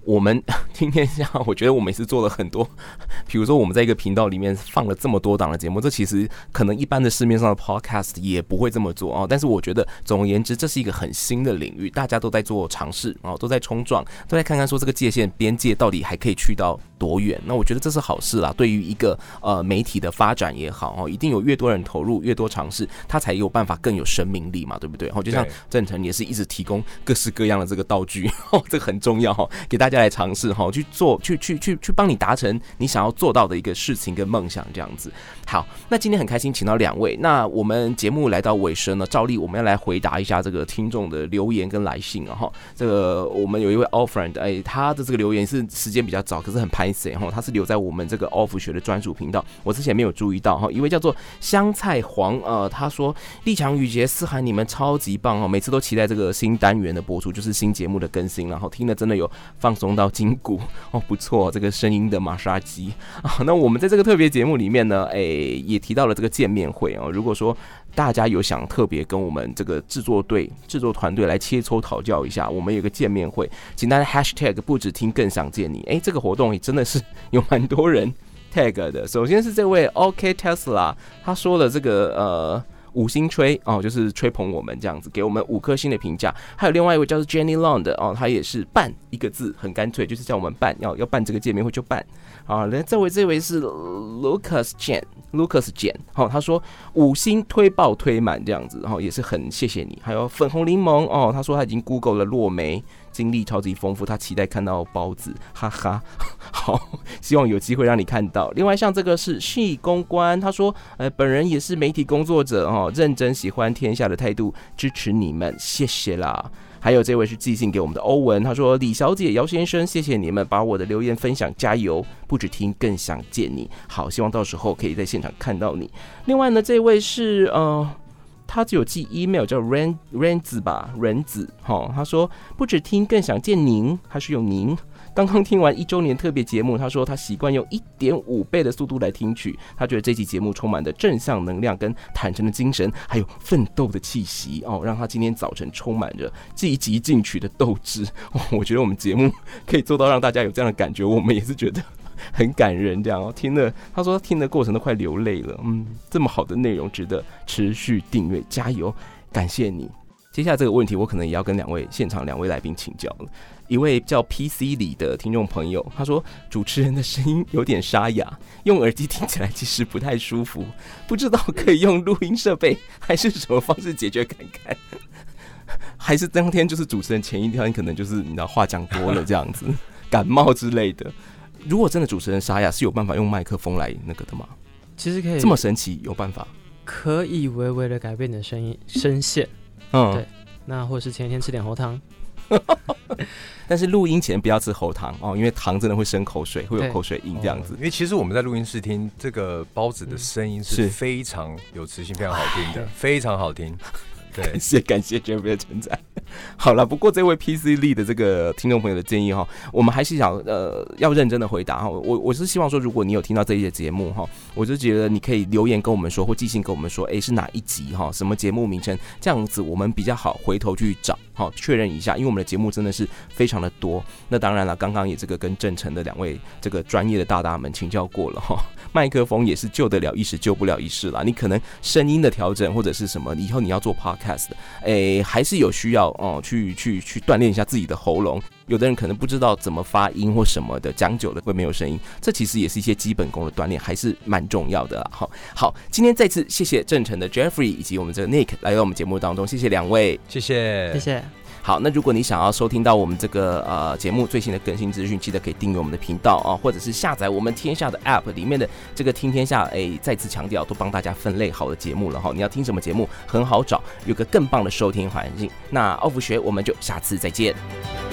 我们听天下，我觉得我们也是做了很多，比如说我们在一个频道里面放了这么多档的节目，这其实可能一般的市面上的 podcast 也不会这么做哦。但是我觉得总而言之，这是一个很新的领域，大家都在做尝试哦，都在冲撞，都在看看说这个界限边界到底还可以去到多远。那我觉得这是好事啦，对于一个呃媒体的发展也好哦，一定有越多人投入，越多尝试，它才有办法更有生命力嘛，对不对？就像郑成也是一直提供各式各样的这个道具，这个很重要哦，给大家来尝试哈，去做，去去去去帮你达成你想要做到的一个事情跟梦想这样子。好，那今天很开心请到两位，那我们节目来到尾声呢，照例我们要来回答一下这个听众的留言跟来信啊哈。这个我们有一位 all friend， 哎，他的这个留言是时间比较早，可是很拍谢哈，他是留在我们这个 off 学的专属频道，我之前没有注意到哈。一位叫做香菜黄，呃，他说立强、雨杰、思涵，你们超级棒哦，每次都期待这个新单元的播出，就是新节目的更新，然后听了真的有放松到筋骨哦，不错，这个声音的玛莎鸡啊。那我们在这个特别节目里面呢，哎，也提到了这个见面会哦。如果说大家有想特别跟我们这个制作队、制作团队来切磋讨教一下，我们有个见面会，请大家 hashtag 不只听更想见你。哎，这个活动也真的是有蛮多人 tag 的。首先是这位 OK Tesla， 他说了这个呃。五星吹哦，就是吹捧我们这样子，给我们五颗星的评价。还有另外一位叫做 Jenny Long 的哦，他也是办一个字，很干脆，就是叫我们办，要要办这个见面会就办。啊，那这位这位是 Lucas Jen，Lucas Jen， 哦，他说五星推爆推满这样子，然后也是很谢谢你。还有粉红柠檬哦，他说他已经 Google 了落梅。经历超级丰富，他期待看到包子，哈哈。好，希望有机会让你看到。另外，像这个是系公关，他说，呃，本人也是媒体工作者哦，认真喜欢天下的态度，支持你们，谢谢啦。还有这位是寄信给我们的欧文，他说李小姐、姚先生，谢谢你们把我的留言分享，加油，不只听更想见你。好，希望到时候可以在现场看到你。另外呢，这位是呃。他只有寄 email 叫 Ren Ren 子吧，仁子，哦，他说不只听更想见您，他是用您。刚刚听完一周年特别节目，他说他习惯用 一点五 倍的速度来听取，他觉得这期节目充满的正向能量跟坦诚的精神，还有奋斗的气息哦，让他今天早晨充满着积极进取的斗志。哦，我觉得我们节目可以做到让大家有这样的感觉，我们也是觉得很感人，这样哦，听了他说听的过程都快流泪了，嗯，这么好的内容值得持续订阅，加油，感谢你。接下来这个问题，我可能也要跟两位现场两位来宾请教了。一位叫 P C 里的听众朋友，他说主持人的声音有点沙哑，用耳机听起来其实不太舒服，不知道可以用录音设备还是什么方式解决看看。还是当天就是主持人前一天可能就是你知道话讲多了这样子，感冒之类的。如果真的主持人沙哑，是有办法用麦克风来那个的吗？ 其实可以， 这么神奇，有办法？ 可以微微的改变你的声音声线，嗯，对。那或者是前一天吃点喉糖， 但是录音前不要吃喉糖哦，因为糖真的会生口水，会有口水印这样子。 因为其实我们在录音室听这个包子的声音是非常有磁性、非常好听的，非常好听。感谢感谢 Jeffrey 的称赞。好了，不过这位 P C 力的这个听众朋友的建议哈，我们还是想呃要认真的回答哈。我我是希望说，如果你有听到这一节节目哈，我就觉得你可以留言跟我们说，或寄信跟我们说，哎、欸、是哪一集哈，什么节目名称，这样子我们比较好回头去找好确认一下，因为我们的节目真的是非常的多。那当然了，刚刚也这个跟正成的两位这个专业的大大们请教过了哈，麦克风也是救得了一时，救不了一世啦。你可能声音的调整或者是什么，以后你要做 podcast， 哎、欸，还是有需要哦、嗯，去去去锻炼一下自己的喉咙。有的人可能不知道怎么发音或什么的，讲久了会没有声音，这其实也是一些基本功的锻炼，还是蛮重要的啦。好，好，今天再次谢谢正成的 Jeffrey 以及我们这个 Nick 来到我们节目当中，谢谢两位， 谢谢， 谢谢。 好，那如果你想要收听到我们这个呃节目最新的更新资讯，记得可以订阅我们的频道啊，或者是下载我们天下的 App 里面的这个听天下，哎，再次强调都帮大家分类好的节目了哈，你要听什么节目很好找，有个更棒的收听环境。那奥福学，我们就下次再见。